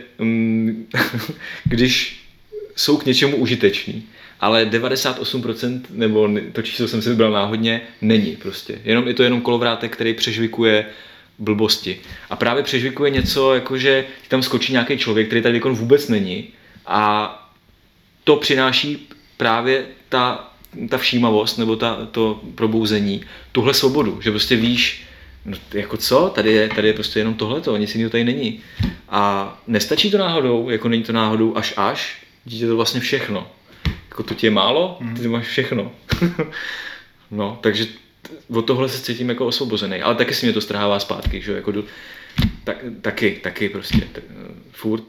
když jsou k něčemu užitečný. Ale 98%, nebo to číslo jsem si vybral náhodně, není prostě. Je to jenom kolovrátek, který přežvikuje blbosti. A právě přežvikuje něco, jakože tam skočí nějaký člověk, který tady vůbec není. A to přináší právě ta všímavost nebo to probouzení, tuhle svobodu, že prostě víš, no jako co, tady je prostě jenom tohleto, nic jiného tady není. A nestačí to náhodou, jako není to náhodou až, dítě to vlastně všechno. Jako to ti je málo, ty máš všechno. No, takže od tohle se cítím jako osvobozený, ale taky si mě to strhává zpátky, že jako taky prostě, furt.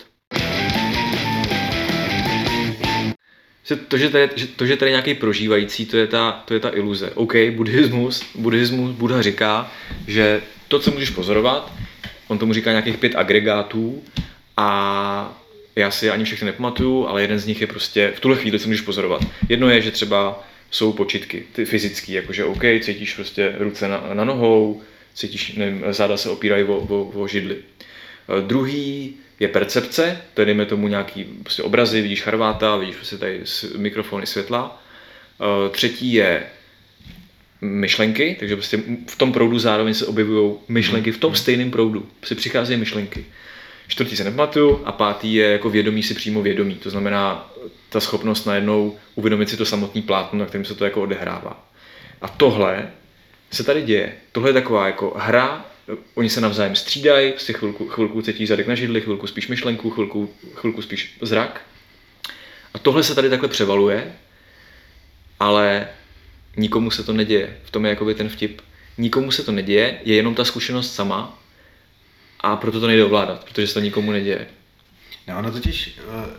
To, že tady nějaký prožívající, to je ta iluze. OK, buddhismus, Buddha říká, že to, co můžeš pozorovat, on tomu říká nějakých 5 agregátů a já si ani všechny nepamatuju, ale jeden z nich je prostě v tuhle chvíli, co můžeš pozorovat. Jedno je, že třeba jsou počitky, ty fyzický, jakože OK, cítíš prostě ruce na nohou, cítíš, nevím, záda se opírají o židli. Druhý je percepce, to je dejme tomu nějaký prostě obrazy, vidíš charváta, vidíš prostě tady mikrofony, světla. Třetí je myšlenky, takže prostě v tom proudu zároveň se objevují myšlenky, v tom stejném proudu si přicházejí myšlenky. Čtvrtý se nepamatuju a pátý je jako vědomí si přímo vědomí, to znamená ta schopnost najednou uvědomit si to samotný plátno, na kterém se to jako odehrává. A tohle se tady děje. Tohle je taková jako hra, oni se navzájem střídají, prostě chvilku cítíš zadek na židli, chvilku spíš myšlenku, chvilku spíš zrak. A tohle se tady takhle převaluje, ale nikomu se to neděje. V tom je jakoby ten vtip. Nikomu se to neděje, je jenom ta zkušenost sama a proto to nejde ovládat, protože se to nikomu neděje. No ono totiž,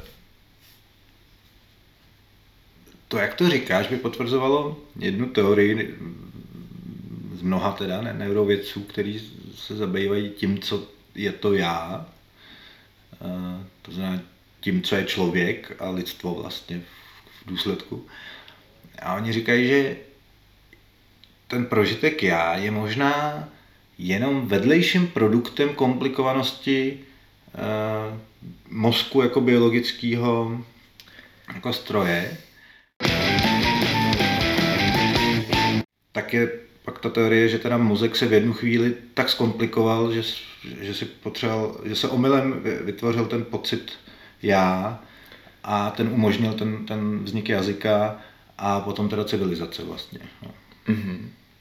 to jak to říkáš, by potvrzovalo jednu teorii z mnoha teda neurovědců, kteří se zabývají tím, co je to já, to znamená tím, co je člověk a lidstvo vlastně v důsledku. A oni říkají, že ten prožitek já je možná jenom vedlejším produktem komplikovanosti mozku jako biologického jako stroje. Tak je pak ta teorie, že teda mozek se v jednu chvíli tak zkomplikoval, že se omylem vytvořil ten pocit já a ten umožnil ten vznik jazyka a potom teda civilizace vlastně. No. Mm-hmm.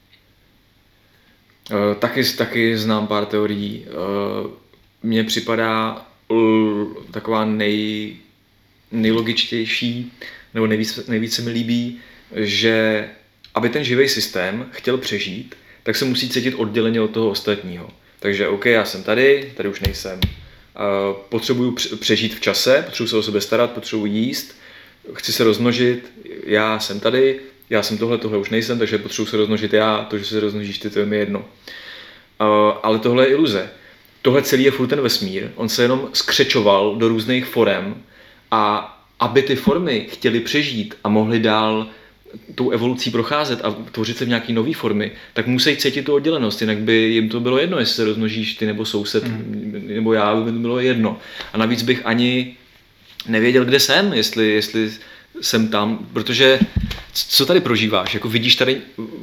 Taky znám pár teorií. Mně připadá taková nejlogičtější, nebo nejvíc se mi líbí, že aby ten živý systém chtěl přežít, tak se musí cítit odděleně od toho ostatního. Takže OK, já jsem tady už nejsem. Potřebuju přežít v čase, potřebuji se o sebe starat, potřebuji jíst, chci se rozmnožit, já jsem tady, já jsem tohle už nejsem, takže potřebuji se rozmnožit já, to, že se rozmnožíš ty, to je mi jedno. Ale tohle je iluze. Tohle celý je furt ten vesmír, on se jenom skřečoval do různých forem a aby ty formy chtěly přežít a mohly dál tou evolucí procházet a tvořit se v nějaký nový formy, tak musí cítit tu oddělenost, jinak by jim to bylo jedno, jestli se rozmnožíš ty nebo soused, nebo já, by to bylo jedno. A navíc bych ani nevěděl, kde jsem, jestli jsem tam, protože co tady prožíváš, jako vidíš tady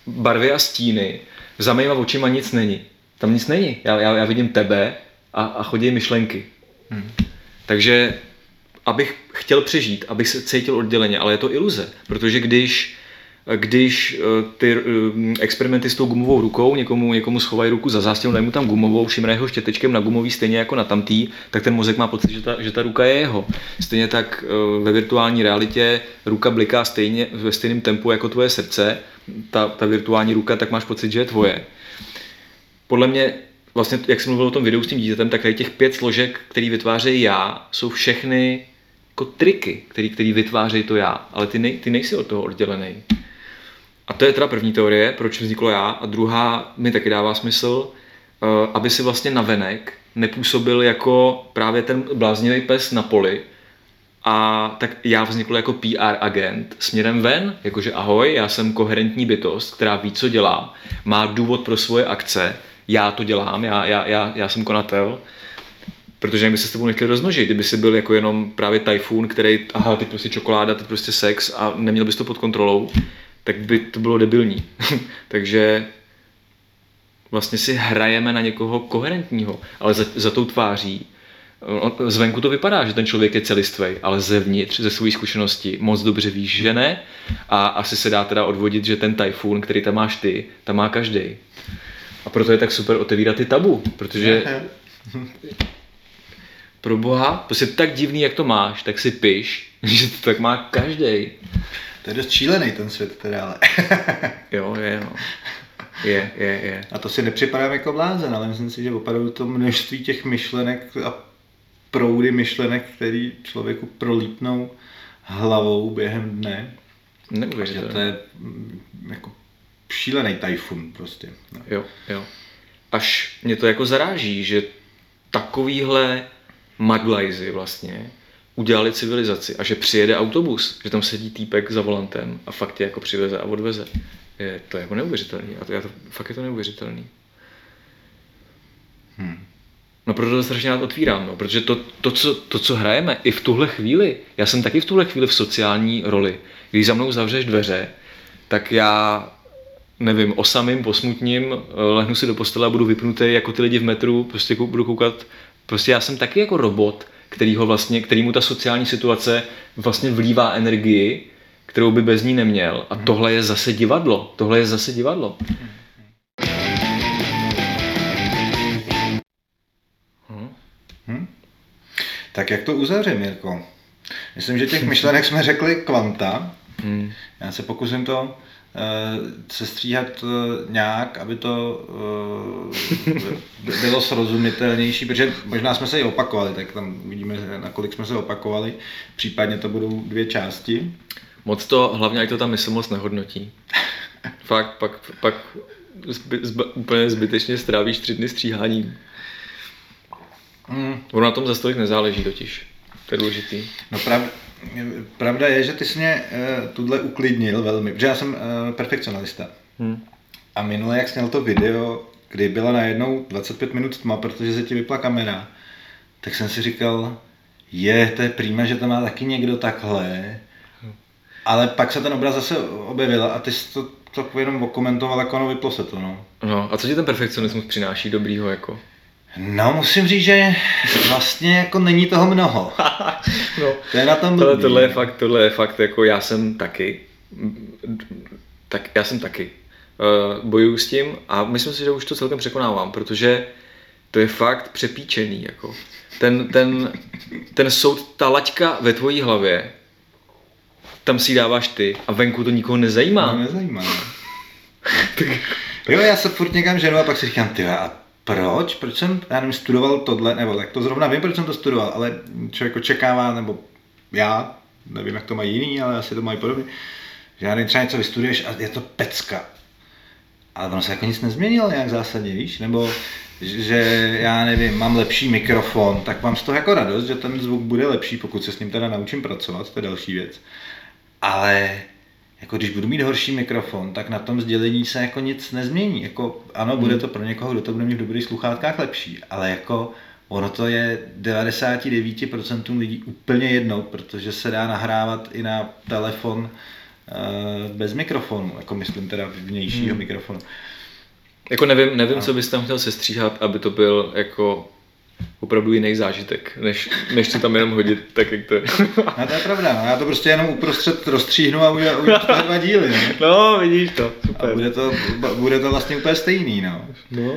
barvy a stíny, za mýma očima nic není. Tam nic není. Já vidím tebe a chodí myšlenky. Takže abych chtěl přežít, abych se cítil odděleně, ale je to iluze, protože když ty experimenty s tou gumovou rukou, někomu schovají ruku za zástěnu, dají mu tam gumovou, šimrají ho štětečkem na gumový stejně jako na tamtý, tak ten mozek má pocit, že ta ruka je jeho. Stejně tak ve virtuální realitě ruka bliká ve stejném tempu jako tvoje srdce, ta virtuální ruka, tak máš pocit, že je tvoje. Podle mě, vlastně, jak jsem mluvil o tom videu s tím dítětem, tak tady těch 5 složek, který vytvářejí já, jsou všechny jako triky, který vytvářejí to já, ale ty nejsi od toho oddělený. A to je teda první teorie, proč vzniklo já, a druhá mi taky dává smysl, aby si vlastně navenek nepůsobil jako právě ten bláznivý pes na poli, a tak já vznikl jako PR agent směrem ven, jakože ahoj, já jsem koherentní bytost, která ví, co dělá, má důvod pro svoje akce, já to dělám, já jsem konatel, protože by se s tebou nechtěl rozmnožit, kdyby si byl jako jenom právě tajfun, který, aha, teď prostě čokoláda, teď prostě sex a neměl bys to pod kontrolou, tak by to bylo debilní. Takže vlastně si hrajeme na někoho koherentního, ale za tou tváří. Zvenku to vypadá, že ten člověk je celistvej, ale zevnitř, ze své zkušenosti moc dobře víš, že ne. A asi se dá teda odvodit, že ten tajfun, který tam máš ty, tam má každej. A proto je tak super otevírat ty tabu, protože pro boha, prostě tak divný, jak to máš, tak si piš, že to tak má každej. To je dost šílený ten svět teda, ale. Jo, je, no. Je. A to si nepřipadám jako blázen, ale myslím si, že opravdu to množství těch myšlenek a proudy myšlenek, který člověku prolítnou hlavou během dne. Neuvěřitelné. To je jako šílený tajfun prostě. No. Jo. Až mě to jako zaráží, že takovýhle maglajzy vlastně udělali civilizaci a že přijede autobus, že tam sedí týpek za volantem a fakt tě jako přiveze a odveze. Je to jako neuvěřitelný. Fakt je to neuvěřitelný. No proto to strašně rád otvírám, no, protože to, co hrajeme i v tuhle chvíli, já jsem taky v tuhle chvíli v sociální roli. Když za mnou zavřeš dveře, tak já nevím, osamým, posmutním, lehnu si do postele a budu vypnutý jako ty lidi v metru, prostě budu koukat, prostě já jsem taky jako robot, kterýmu ta sociální situace vlastně vlívá energii, kterou by bez ní neměl. A tohle je zase divadlo. Tak jak to uzavřem, Jirko? Myslím, že těch myšlenek jsme řekli kvanta. Já se pokusím to sestříhat nějak, aby to bylo srozumitelnější, protože možná jsme se i opakovali, tak tam uvidíme, nakolik jsme se opakovali. Případně to budou 2 části. Moc to, hlavně ať to ta mysl moc nehodnotí. Fakt, pak úplně zbytečně strávíš 3 dny stříháním. Ono na tom zase tolik nezáleží totiž. To je důležitý. No pravda je, že ty jsi mě tuhle uklidnil velmi, protože já jsem perfekcionalista. A minule, jak jsi měl to video, kdy byla najednou 25 minut tma, protože se ti vypla kamera, tak jsem si říkal, to je prýma, že to má taky někdo takhle. Ale pak se ten obraz zase objevil a ty jsi to jenom okomentoval, jako no, vyplo se to, no. No, a co ti ten perfekcionismus přináší dobrýho, jako? No, musím říct, že vlastně jako není toho mnoho. No, to je na tom tohle je fakt, jako já jsem taky. Bojuju s tím a myslím si, že už to celkem překonávám, protože to je fakt přepíčený, jako. Ten soud, ta laťka ve tvojí hlavě, tam si ji dáváš ty a venku to nikoho nezajímá. No, nezajímá. Jo, já se furt někam ženu a pak si říkám, a proč? Proč jsem, já nevím, studoval tohle, nebo tak to zrovna vím, proč jsem to studoval, ale člověk očekává, nebo já, nevím, jak to mají jiný, ale asi to mají podobně, že já nevím, třeba něco vystuduješ a je to pecka. Ale ono se jako nic nezměnilo nějak zásadně, víš? Nebo že já nevím, mám lepší mikrofon, tak mám z toho jako radost, že ten zvuk bude lepší, pokud se s ním teda naučím pracovat, to je další věc. Ale jako když budu mít horší mikrofon, tak na tom sdělení se jako nic nezmění. Jako, ano, bude to pro někoho, kdo to bude mít v dobrých sluchátkách lepší, ale jako ono to je 99% lidí úplně jedno, protože se dá nahrávat i na telefon bez mikrofonu, jako myslím teda vnějšího mikrofonu. Jako nevím, co bys tam chtěl sestříhat, aby to byl jako opravdu jiný zážitek, než to tam jenom hodit, tak jak to je. No to je pravda, no. Já to prostě jenom uprostřed rozstříhnu a udělám 2 díly, ne? No, vidíš to, super. A bude to vlastně úplně stejný, no.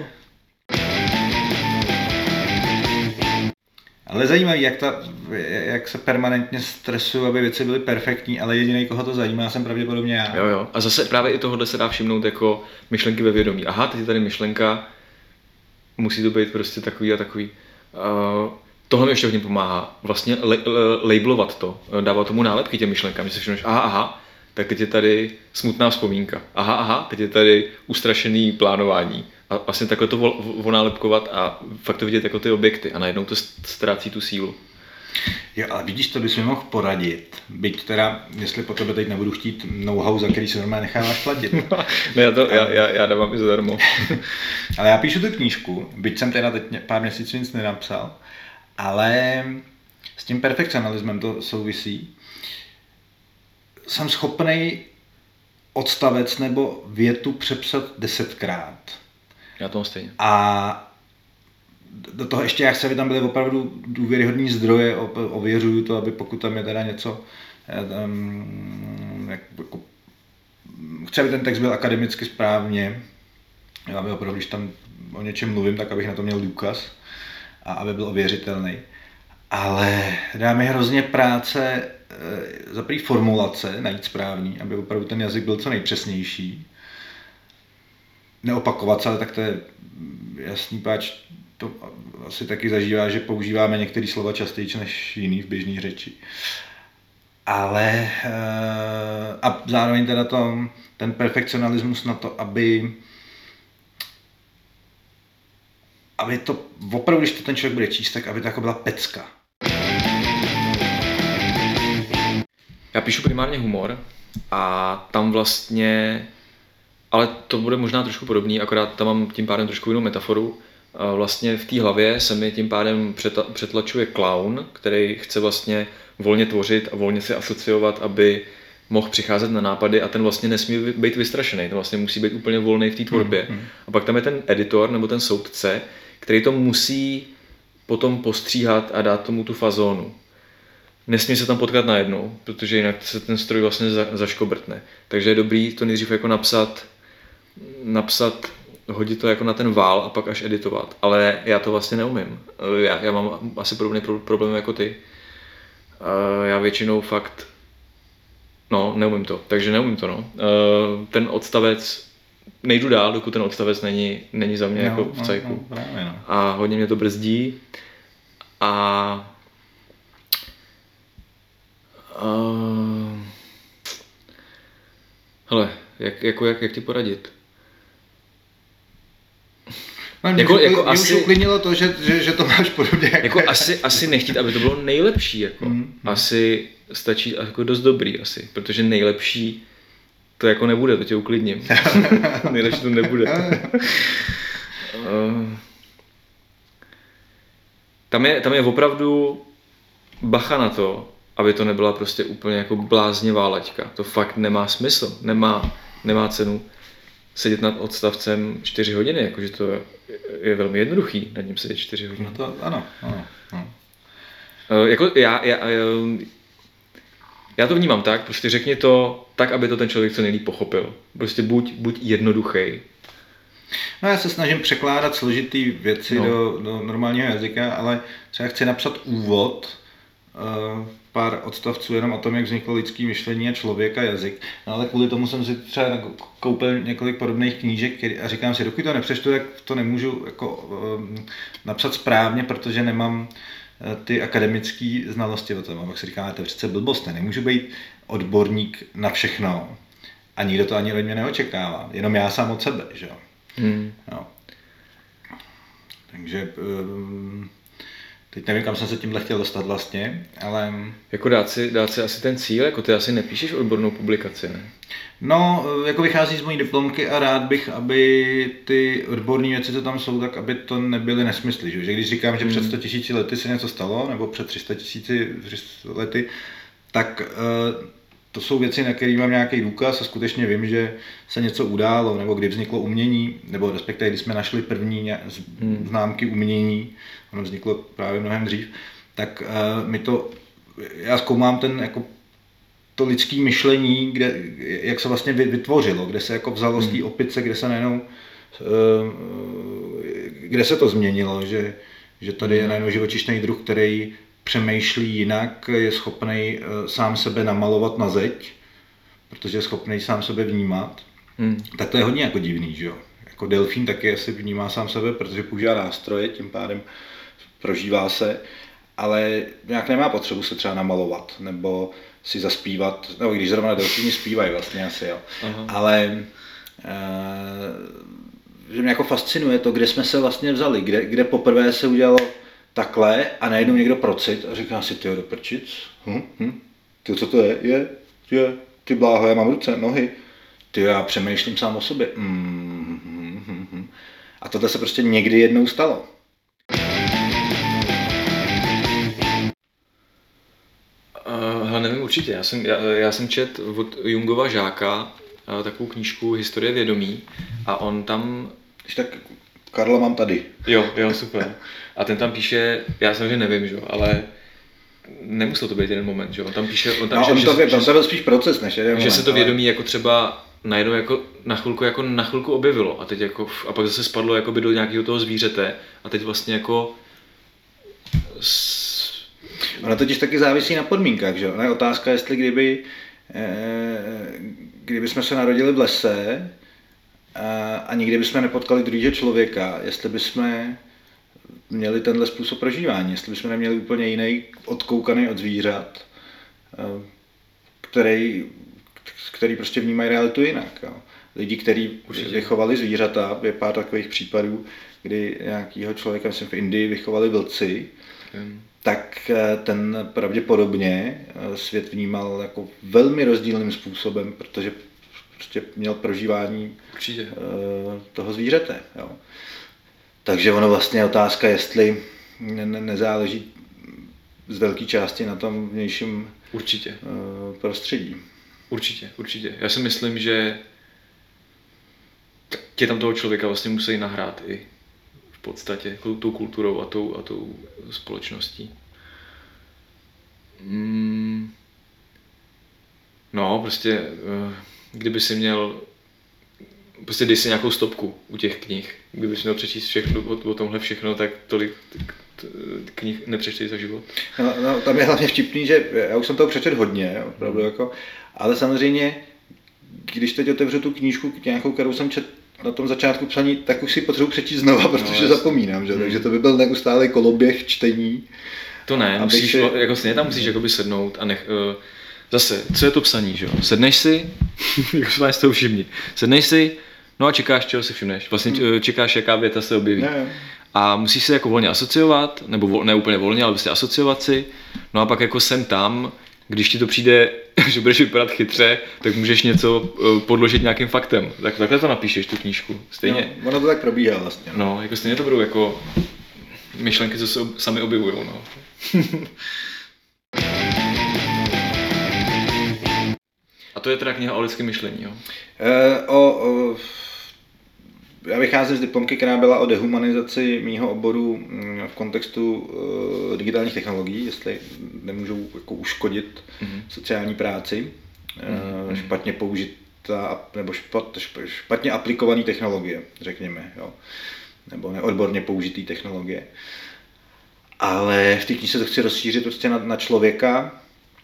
Ale zajímavý, jak se permanentně stresuju, aby věci byly perfektní, ale jediný, koho to zajímá, jsem pravděpodobně já. Jo. A zase právě i tohohle se dá všimnout jako myšlenky ve vědomí. Aha, teď je tady myšlenka, musí to být prostě takový a takový. Tohle mi ještě hodně pomáhá. Vlastně labelovat to, dávat tomu nálepky těm myšlenkám, že si všimneš, aha, tak teď je tady smutná vzpomínka. Aha, teď je tady ustrašený plánování. A vlastně takhle to onálepkovat a fakt to vidět jako ty objekty a najednou to ztrácí tu sílu. Jo, ale vidíš, to bys mi mohl poradit. Byť teda, jestli po tebe teď nebudu chtít know-how, za který se normálně necháváš platit. Ne, já dávám i zadarmo. Ale já píšu tu knížku, byť jsem teda teď pár měsíců nic nenapsal, ale s tím perfekcionalismem to souvisí. Jsem schopnej odstavec nebo větu přepsat 10krát. Já to stejně. A do toho ještě, jak se by tam byly opravdu důvěryhodný zdroje, ověřuju to, aby pokud tam je teda něco, jako, chci, aby ten text byl akademicky správně, aby opravdu, když tam o něčem mluvím, tak abych na to měl důkaz a aby byl ověřitelný. Ale dá mi hrozně práce za první formulace najít správný, aby opravdu ten jazyk byl co nejpřesnější. Neopakovat se, ale tak to je jasný, páč to asi taky zažívá, že používáme některé slova častěji než jiný v běžné řeči. Ale a zároveň teda ten perfekcionalismus na to, aby to opravdu, když to ten člověk bude číst, tak aby to jako byla pecka. Já píšu primárně humor a tam vlastně, ale to bude možná trošku podobný, akorát tam mám tím pádem trošku jinou metaforu. Vlastně v té hlavě se mi tím pádem přetlačuje klaun, který chce vlastně volně tvořit a volně se asociovat, aby mohl přicházet na nápady a ten vlastně nesmí být vystrašený, ten vlastně musí být úplně volný v té tvorbě. A pak tam je ten editor nebo ten soudce, který to musí potom postříhat a dát tomu tu fazónu. Nesmí se tam potkat najednou, protože jinak se ten stroj vlastně zaškobrtne. Takže je dobrý to nejdřív jako napsat, hodit to jako na ten vál a pak až editovat. Ale já to vlastně neumím. Já mám asi podobný problém jako ty. Já většinou fakt neumím to, takže neumím to. Ten odstavec, nejdu dál, dokud ten odstavec není za mě jako v cajku. A hodně mě to brzdí. Hele, jak ti poradit? Mě už uklidnilo to, že to máš podobně. Jako asi nechtít, aby to bylo nejlepší. Jako. Asi stačí jako dost dobrý asi, protože nejlepší to jako nebude, to tě uklidním. Nejlepší to nebude. Tam je opravdu bacha na to, aby to nebyla prostě úplně jako bláznivá laťka. To fakt nemá smysl, nemá cenu sedět nad odstavcem 4 hodiny, jakože to je velmi jednoduchý nad ním sedět 4 hodiny. No to ano. Jako já to vnímám tak, prostě řekni to tak, aby to ten člověk co nejlíp pochopil. Prostě buď jednoduchý. No já se snažím překládat složitý věci do normálního jazyka, ale třeba chci napsat úvod, pár odstavců jenom o tom, jak vzniklo lidský myšlení a člověk a jazyk. No, ale kvůli tomu jsem si třeba koupil několik podobných knížek a říkám si, dokud to nepřečtu, tak to nemůžu jako napsat správně, protože nemám ty akademické znalosti o tom. A pak si říkám, to je přece blbost, nemůžu být odborník na všechno a nikdo to ani od mě neočekává, jenom já sám od sebe, že jo. No. Takže teď nevím, kam jsem se tímhle chtěl dostat vlastně, ale... Jako dát si asi ten cíl, jako ty asi nepíšeš odbornou publikaci, ne? No, jako vychází z mojí diplomky a rád bych, aby ty odborné věci, co tam jsou, tak aby to nebyly nesmysly, že když říkám, že před 100 000 lety se něco stalo, nebo před 300 000 lety, tak to jsou věci, na které mám nějaký důkaz a skutečně vím, že se něco událo, nebo kdy vzniklo umění, nebo respektive kdy jsme našli první známky umění, ono vzniklo právě mnohem dřív, tak já zkoumám to lidské myšlení, jak se vlastně vytvořilo, kde se jako vzalo z té opice, kde se najednou, kde se to změnilo, že tady je najednou živočišný druh, který přemýšlí jinak, je schopný sám sebe namalovat na zeď, protože je schopný sám sebe vnímat. Tak to je hodně jako divný, že jo. Jako delfín taky asi vnímá sám sebe, protože používá nástroje, tím pádem prožívá se, ale nějak nemá potřebu se třeba namalovat, nebo si zaspívat, no když zrovna delfíni zpívají vlastně asi, jo. Ale že mě jako fascinuje to, kde jsme se vlastně vzali, kde poprvé se udělalo takhle a najednou někdo procit a říká si, tyjo, do prčic, ty, co to je, ty bláho, já mám ruce, nohy, ty, já přemýšlím sám o sobě. A tohle se prostě někdy jednou stalo. Nevím, určitě. Já jsem čet od Jungova žáka takovou knížku Historie vědomí a on tam... Tak Karla mám tady. Jo, super. A ten tam píše, já samozřejmě nevím, že? Ale nemusel to být jeden moment, že? On tam píše... To byl spíš proces, než jeden moment. Že se to vědomí jako třeba najednou jako na chvilku objevilo a teď jako, a pak zase spadlo jakoby do nějakého toho zvířete a teď vlastně jako... Ono totiž taky závisí na podmínkách, že? Ona je otázka, jestli kdyby jsme se narodili v lese a nikdy bychom nepotkali druhého člověka, jestli bychom měli tenhle způsob prožívání, jestli bychom neměli úplně jiný, odkoukaný od zvířat, který prostě vnímají realitu jinak. Jo. Lidi, kteří vychovali zvířata, je pár takových případů, kdy nějakýho člověka, myslím v Indii, vychovali vlci, tak ten pravděpodobně svět vnímal jako velmi rozdílným způsobem, protože prostě měl prožívání toho zvířete. Jo. Takže ono vlastně je otázka, jestli nezáleží z velké části na tom vnějším prostředí. Určitě. Já si myslím, že tě tam toho člověka vlastně musí nahrát i v podstatě tou kulturou a tou společností. No, prostě kdyby si měl, prostě dej si nějakou stopku u těch knih, kdyby si měl přečíst všechno o tomhle všechno, tak tolik knih nepřečteš za život. No, tam je hlavně vtipný, že já už jsem toho přečet hodně, opravdu jako, ale samozřejmě, když teď otevřu tu knížku nějakou, kterou jsem četl na tom začátku psaní, tak už si potřebuji přečíst znova, protože zapomínám, že? Takže to by byl neustálý koloběh čtení. To ne, musíš, jako stejně tam musíš jakoby sednout a zase, co je to psaní, že jo? Sedneš si, jako se z toho všimni, sedneš si, no a čekáš, čeho si všimneš, vlastně čekáš, jaká věta se objeví. Ne. A musíš se jako volně asociovat, nebo ne úplně volně, ale prostě asociovat si, no a pak jako sem tam, když ti to přijde, že budeš vypadat chytře, tak můžeš něco podložit nějakým faktem. Takhle to napíšeš, tu knížku. Stejně. No, ono to tak probíhá vlastně. No, jako stejně to budou jako myšlenky, co se sami objevujou, no. A to je teda kniha o lidském myšlení, jo? Já vycházím z diplomky, která byla o dehumanizaci mýho oboru v kontextu digitálních technologií, jestli nemůžou jako uškodit sociální práci, špatně použitá nebo špatně aplikované technologie, řekněme, jo? Nebo neodborně použitý technologie. Ale v té knize to chci rozšířit prostě na člověka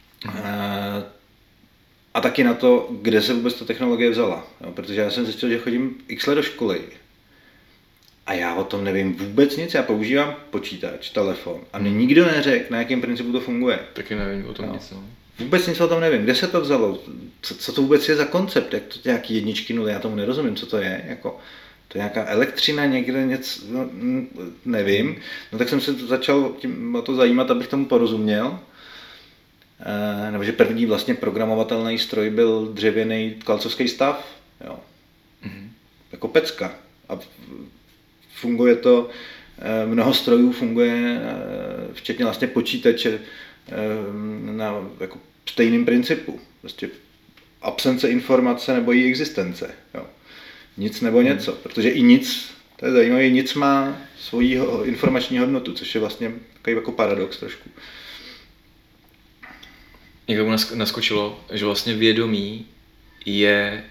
a taky na to, kde se vůbec ta technologie vzala. Jo? Protože já jsem zjistil, že chodím x let do školy a já o tom nevím vůbec nic. Já používám počítač, telefon a mě nikdo neřekl, na jakém principu to funguje. Taky nevím o tom nic. No. Vůbec nic o tom nevím. Kde se to vzalo? Co to vůbec je za koncept? Jak to nějaký jedničky, nuly? Já tomu nerozumím, co to je. Jako, to je nějaká elektřina někde, něco, no, nevím. No tak jsem se začal tím o to zajímat, abych tomu porozuměl. Nebo že první vlastně programovatelný stroj byl dřevěný klalcovský stav, jo. Jako pecka. A funguje to, mnoho strojů funguje, včetně vlastně počítače, na jako stejném principu. prostě absence informace nebo její existence. Jo. Nic nebo něco, protože i nic, to je zajímavé, nic má svoji informační hodnotu, což je vlastně takový jako paradox trošku. Někomu naskočilo, že vlastně vědomí je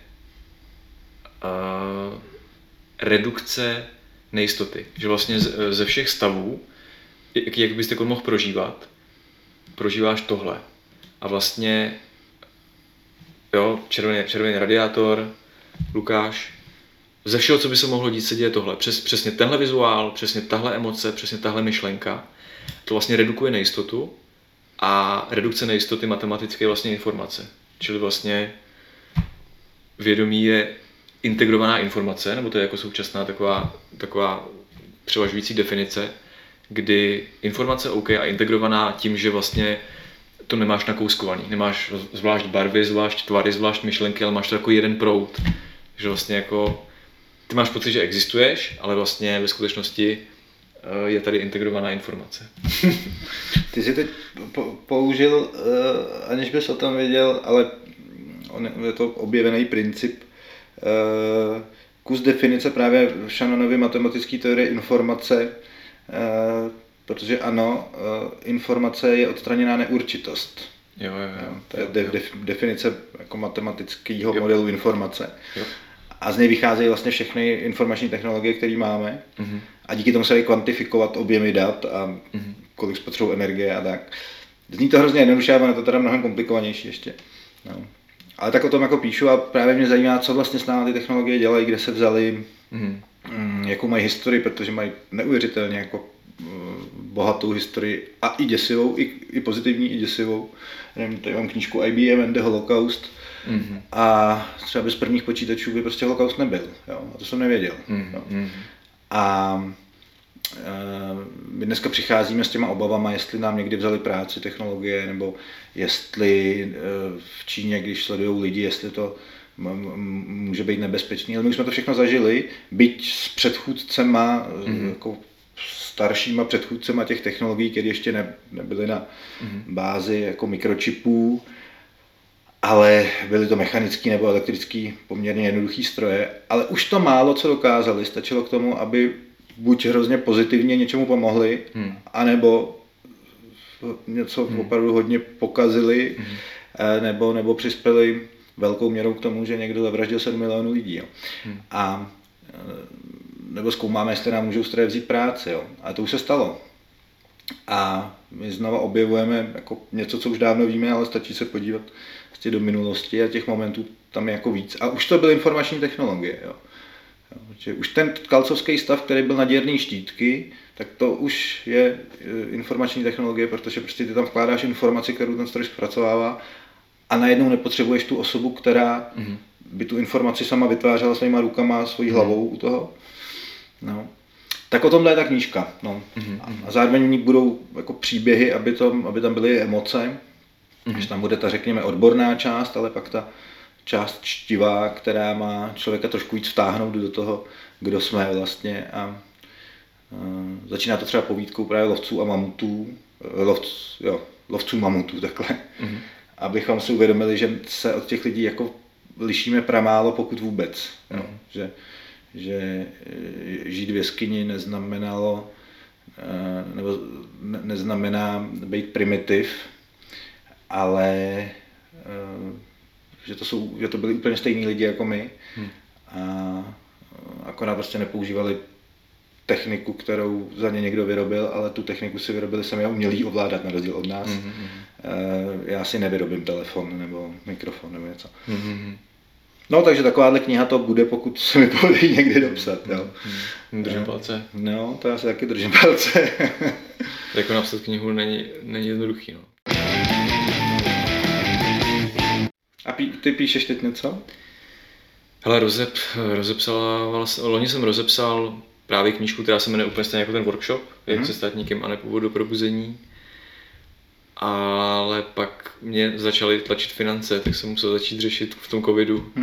redukce nejistoty. Že vlastně ze všech stavů, jak byste mohl prožívat, prožíváš tohle. A vlastně, jo, červený radiátor, Lukáš, ze všeho, co by se mohlo dít, se děje tohle. Přesně tenhle vizuál, přesně tahle emoce, přesně tahle myšlenka. To vlastně redukuje nejistotu a redukce nejistoty matematicky je vlastně informace. Čili vlastně vědomí je integrovaná informace, nebo to je jako současná taková převažující definice, kdy informace OK a integrovaná tím, že vlastně to nemáš nakouskovaný. Nemáš zvlášť barvy, zvlášť tvary, zvlášť myšlenky, ale máš to jako jeden proud. Že vlastně jako ty máš pocit, že existuješ, ale vlastně ve skutečnosti je tady integrovaná informace. Ty jsi teď použil, aniž bys o tom věděl, ale je to objevený princip, kus definice právě v Shannonově matematické teorie informace, protože ano, informace je odstraněná neurčitost. Jo. To je definice jako matematického modelu informace. Jo. A z něj vycházejí vlastně všechny informační technologie, které máme. Mm-hmm. A díky tomu se dají kvantifikovat objemy dat a kolik spotřebují energie a tak. Zní to hrozně jednoduše, ale je to teda mnohem komplikovanější ještě. No. Ale tak o tom jako píšu a právě mě zajímá, co vlastně s námi ty technologie dělají, kde se vzaly, jakou mají historii, protože mají neuvěřitelně jako bohatou historii a i děsivou, i pozitivní, i děsivou. Tady mám knížku IBM and the Holocaust. A třeba bez prvních počítačů by prostě holokaust nebyl, jo? A to jsem nevěděl. Jo? A my dneska přicházíme s těma obavama, jestli nám někdy vzali práci technologie, nebo jestli v Číně, když sledujou lidi, jestli to může být nebezpečný. Ale my jsme to všechno zažili, byť s předchůdcema, jako staršíma předchůdcema těch technologií, které ještě nebyly na bázi jako mikročipů, ale byly to mechanický nebo elektrický poměrně jednoduchý stroje, ale už to málo, co dokázali, stačilo k tomu, aby buď hrozně pozitivně něčemu pomohli, anebo něco opravdu hodně pokazili, nebo přispěli velkou měrou k tomu, že někdo zavraždil 7 milionů lidí. Jo. A nebo zkoumáme, jestli nám můžou stroje vzít práci. Jo. A to už se stalo. A my znova objevujeme jako něco, co už dávno víme, ale stačí se podívat do minulosti a těch momentů tam je jako víc. A už to byly informační technologie. Jo. Už ten kalcovský stav, který byl na děrný štítky, tak to už je informační technologie, protože prostě ty tam vkládáš informaci, kterou ten stroj zpracovává a najednou nepotřebuješ tu osobu, která by tu informaci sama vytvářela svýma rukama, svojí hlavou u toho. No. Tak o tomhle je ta knížka. No. A zároveň v ní budou jako příběhy, aby tam byly emoce, že tam bude ta, řekněme, odborná část, ale pak ta část čtivá, která má člověka trošku víc vtáhnout do toho, kdo jsme vlastně. A začíná to třeba povídkou právě lovců a mamutů, lovců mamutů takhle. Abychom si uvědomili, že se od těch lidí jako lišíme pramálo, pokud vůbec. Jo? Že žít v jeskyni neznamenalo, nebo neznamená být primitiv, ale že to byli úplně stejní lidi jako my a akorát prostě nepoužívali techniku, kterou za ně někdo vyrobil, ale tu techniku si vyrobili sami a uměli ji ovládat na rozdíl od nás. Já si nevyrobím telefon nebo mikrofon nebo něco. No, takže takováhle kniha to bude, pokud se mi podaří někdy dopsat. Jo. Držím palce. No, to já si taky držím palce. Jako napsat knihu není jednoduchý. No. A ty píšeš teď něco? Hele, loni jsem rozepsal právě knížku, která se jmenuje úplně stejně jako ten workshop, jak se stát nikým a nepůvod do probuzení. Ale pak mě začaly tlačit finance, tak jsem musel začít řešit v tom covidu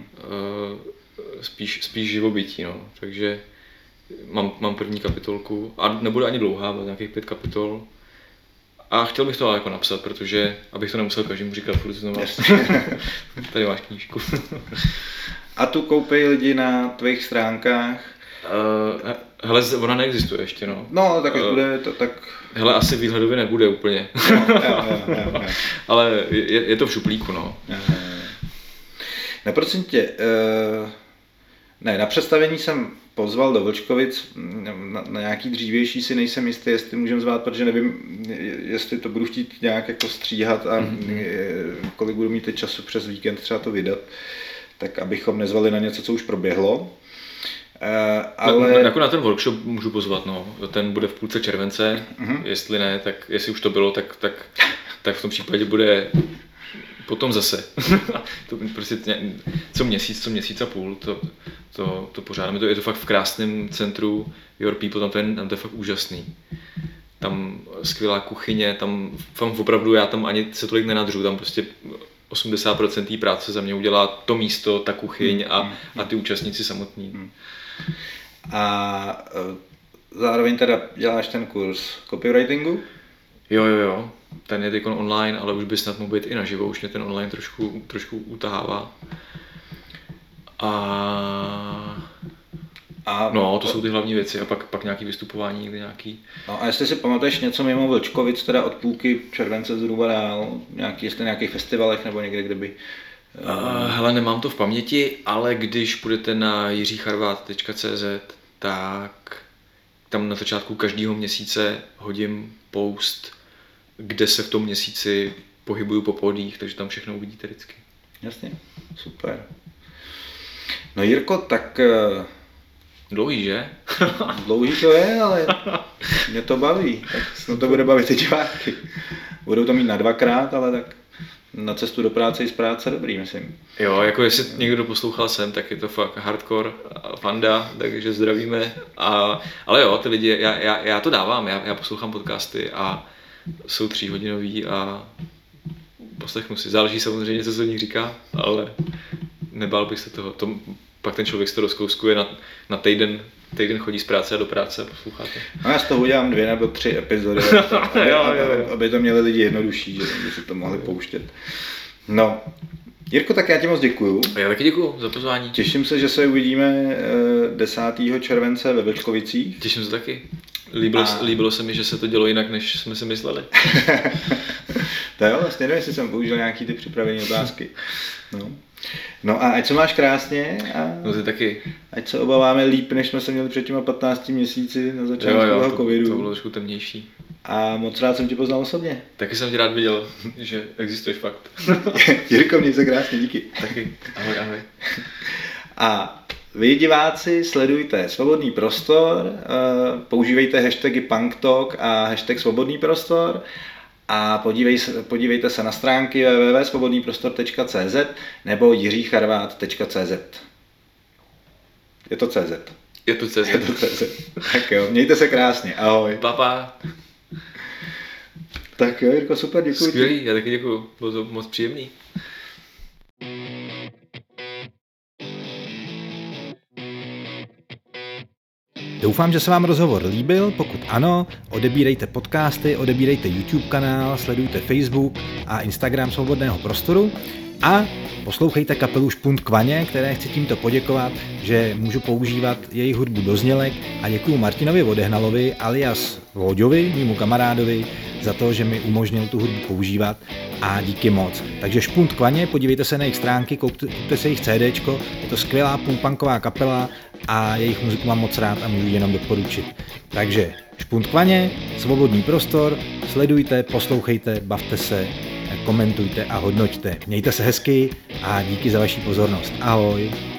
spíš živobytí. No. Takže mám první kapitolku, a nebude ani dlouhá, bude nějakých 5 kapitol. A chtěl bych to jako napsat, protože abych to nemusel každému říkat furt znovu. Tady máš knížku. A tu koupí lidi na tvých stránkách? Hele, ona neexistuje ještě, no. No, tak už bude to tak... Hele, asi výhledově nebude úplně. Jo. Ale je to v šuplíku, no. Ne, prosím tě, na představení jsem pozval do Vlčkovic, na nějaký dřívější si nejsem jistý, jestli můžeme zvát, protože nevím, jestli to budu chtít nějak jako stříhat a kolik budu mít teď času přes víkend třeba to vydat, tak abychom nezvali na něco, co už proběhlo. Ale... Jako na ten workshop můžu pozvat, no. Ten bude v půlce července, jestli ne, tak jestli už to bylo, tak v tom případě bude potom zase. To prostě co měsíc a půl, to pořádáme. Je to fakt v krásném centru Your People, tam to je fakt úžasný. Tam skvělá kuchyně, tam opravdu já tam ani se tolik nenadřu, tam prostě 80% té práce za mě udělá to místo, ta kuchyň a ty účastníci samotní. A zároveň teda děláš ten kurz copywritingu? Jo. Ten je teď online, ale už by snad mohl být i naživo, už mě ten online trošku utahává. No, to jsou ty hlavní věci a pak nějaký vystupování, někde nějaký. No a jestli si pamatuješ něco mimo Vlčkovic, teda od půlky července zhruba dál, jestli na nějakých festivalech nebo někde, kde by... Hele, nemám to v paměti, ale když půjdete na jiřicharvat.cz, tak tam na začátku každého měsíce hodím post, kde se v tom měsíci pohybuju po pódiích, takže tam všechno uvidíte vždycky. Jasně, super. No Jirko, tak... Dlouhý, že? Dlouhý to je, ale mě to baví, tak no to bude bavit i diváky. Budou to mít na 2krát, ale tak na cestu do práce i z práce dobrý, myslím. Jo, jako jestli někdo poslouchal sem, tak je to fakt hardcore fanda, takže zdravíme. Ale jo, ty lidi, já to dávám, já poslouchám podcasty a jsou 3hodinový a poslechnu si. Záleží samozřejmě, co se o nich říká, ale nebál bych se toho. Pak ten člověk se to rozkouskuje na týden chodí z práce a do práce a poslouchá to. No já z toho udělám 2 nebo 3 epizody, aby to měli lidi jednodušší, že by si to mohli pouštět. No, Jirko, tak já ti moc děkuju. A já taky děkuju za pozvání. Těším se, že se uvidíme 10. července ve Vlčkovicích. Těším se taky. Líbilo se mi, že se to dělo jinak, než jsme si mysleli. To jo, vlastně nevím, jestli jsem použil nějaký ty připravené otázky. No a ať se máš krásně a no ty taky. Ať se obáváme líp, než jsme se měli před těma 15 měsíci na začátku toho covidu. To bylo trošku temnější. A moc rád jsem tě poznal osobně. Taky jsem tě rád viděl, že existuješ fakt. Jirko, měj se krásně, díky. Taky, ahoj. A vy diváci sledujte Svobodný prostor, používejte hashtagy punktalk a hashtag Svobodný prostor a podívejte se na stránky www.svobodnyprostor.cz nebo jiřicharvat.cz. Je to CZ. Je to CZ. Tak jo, mějte se krásně, ahoj. Pa. Tak jo, Jirko, super, děkuji. Skvělý, já taky děkuji, bylo to moc příjemný. Doufám, že se vám rozhovor líbil, pokud ano, odebírejte podcasty, odebírejte YouTube kanál, sledujte Facebook a Instagram Svobodného prostoru a poslouchejte kapelu Špunt Kvaně, které chci tímto poděkovat, že můžu používat jejich hudbu do znělek a děkuju Martinovi Vodehnalovi alias Vóďovi, mému kamarádovi, za to, že mi umožnil tu hudbu používat a díky moc. Takže Špunt Kvaně, podívejte se na jejich stránky, kupte se jejich CDčko, je to skvělá punková kapela a jejich muziku mám moc rád a můžu jenom doporučit. Takže Špunt Kvaně, Svobodný prostor, sledujte, poslouchejte, bavte se, komentujte a hodnoťte. Mějte se hezky a díky za vaši pozornost. Ahoj.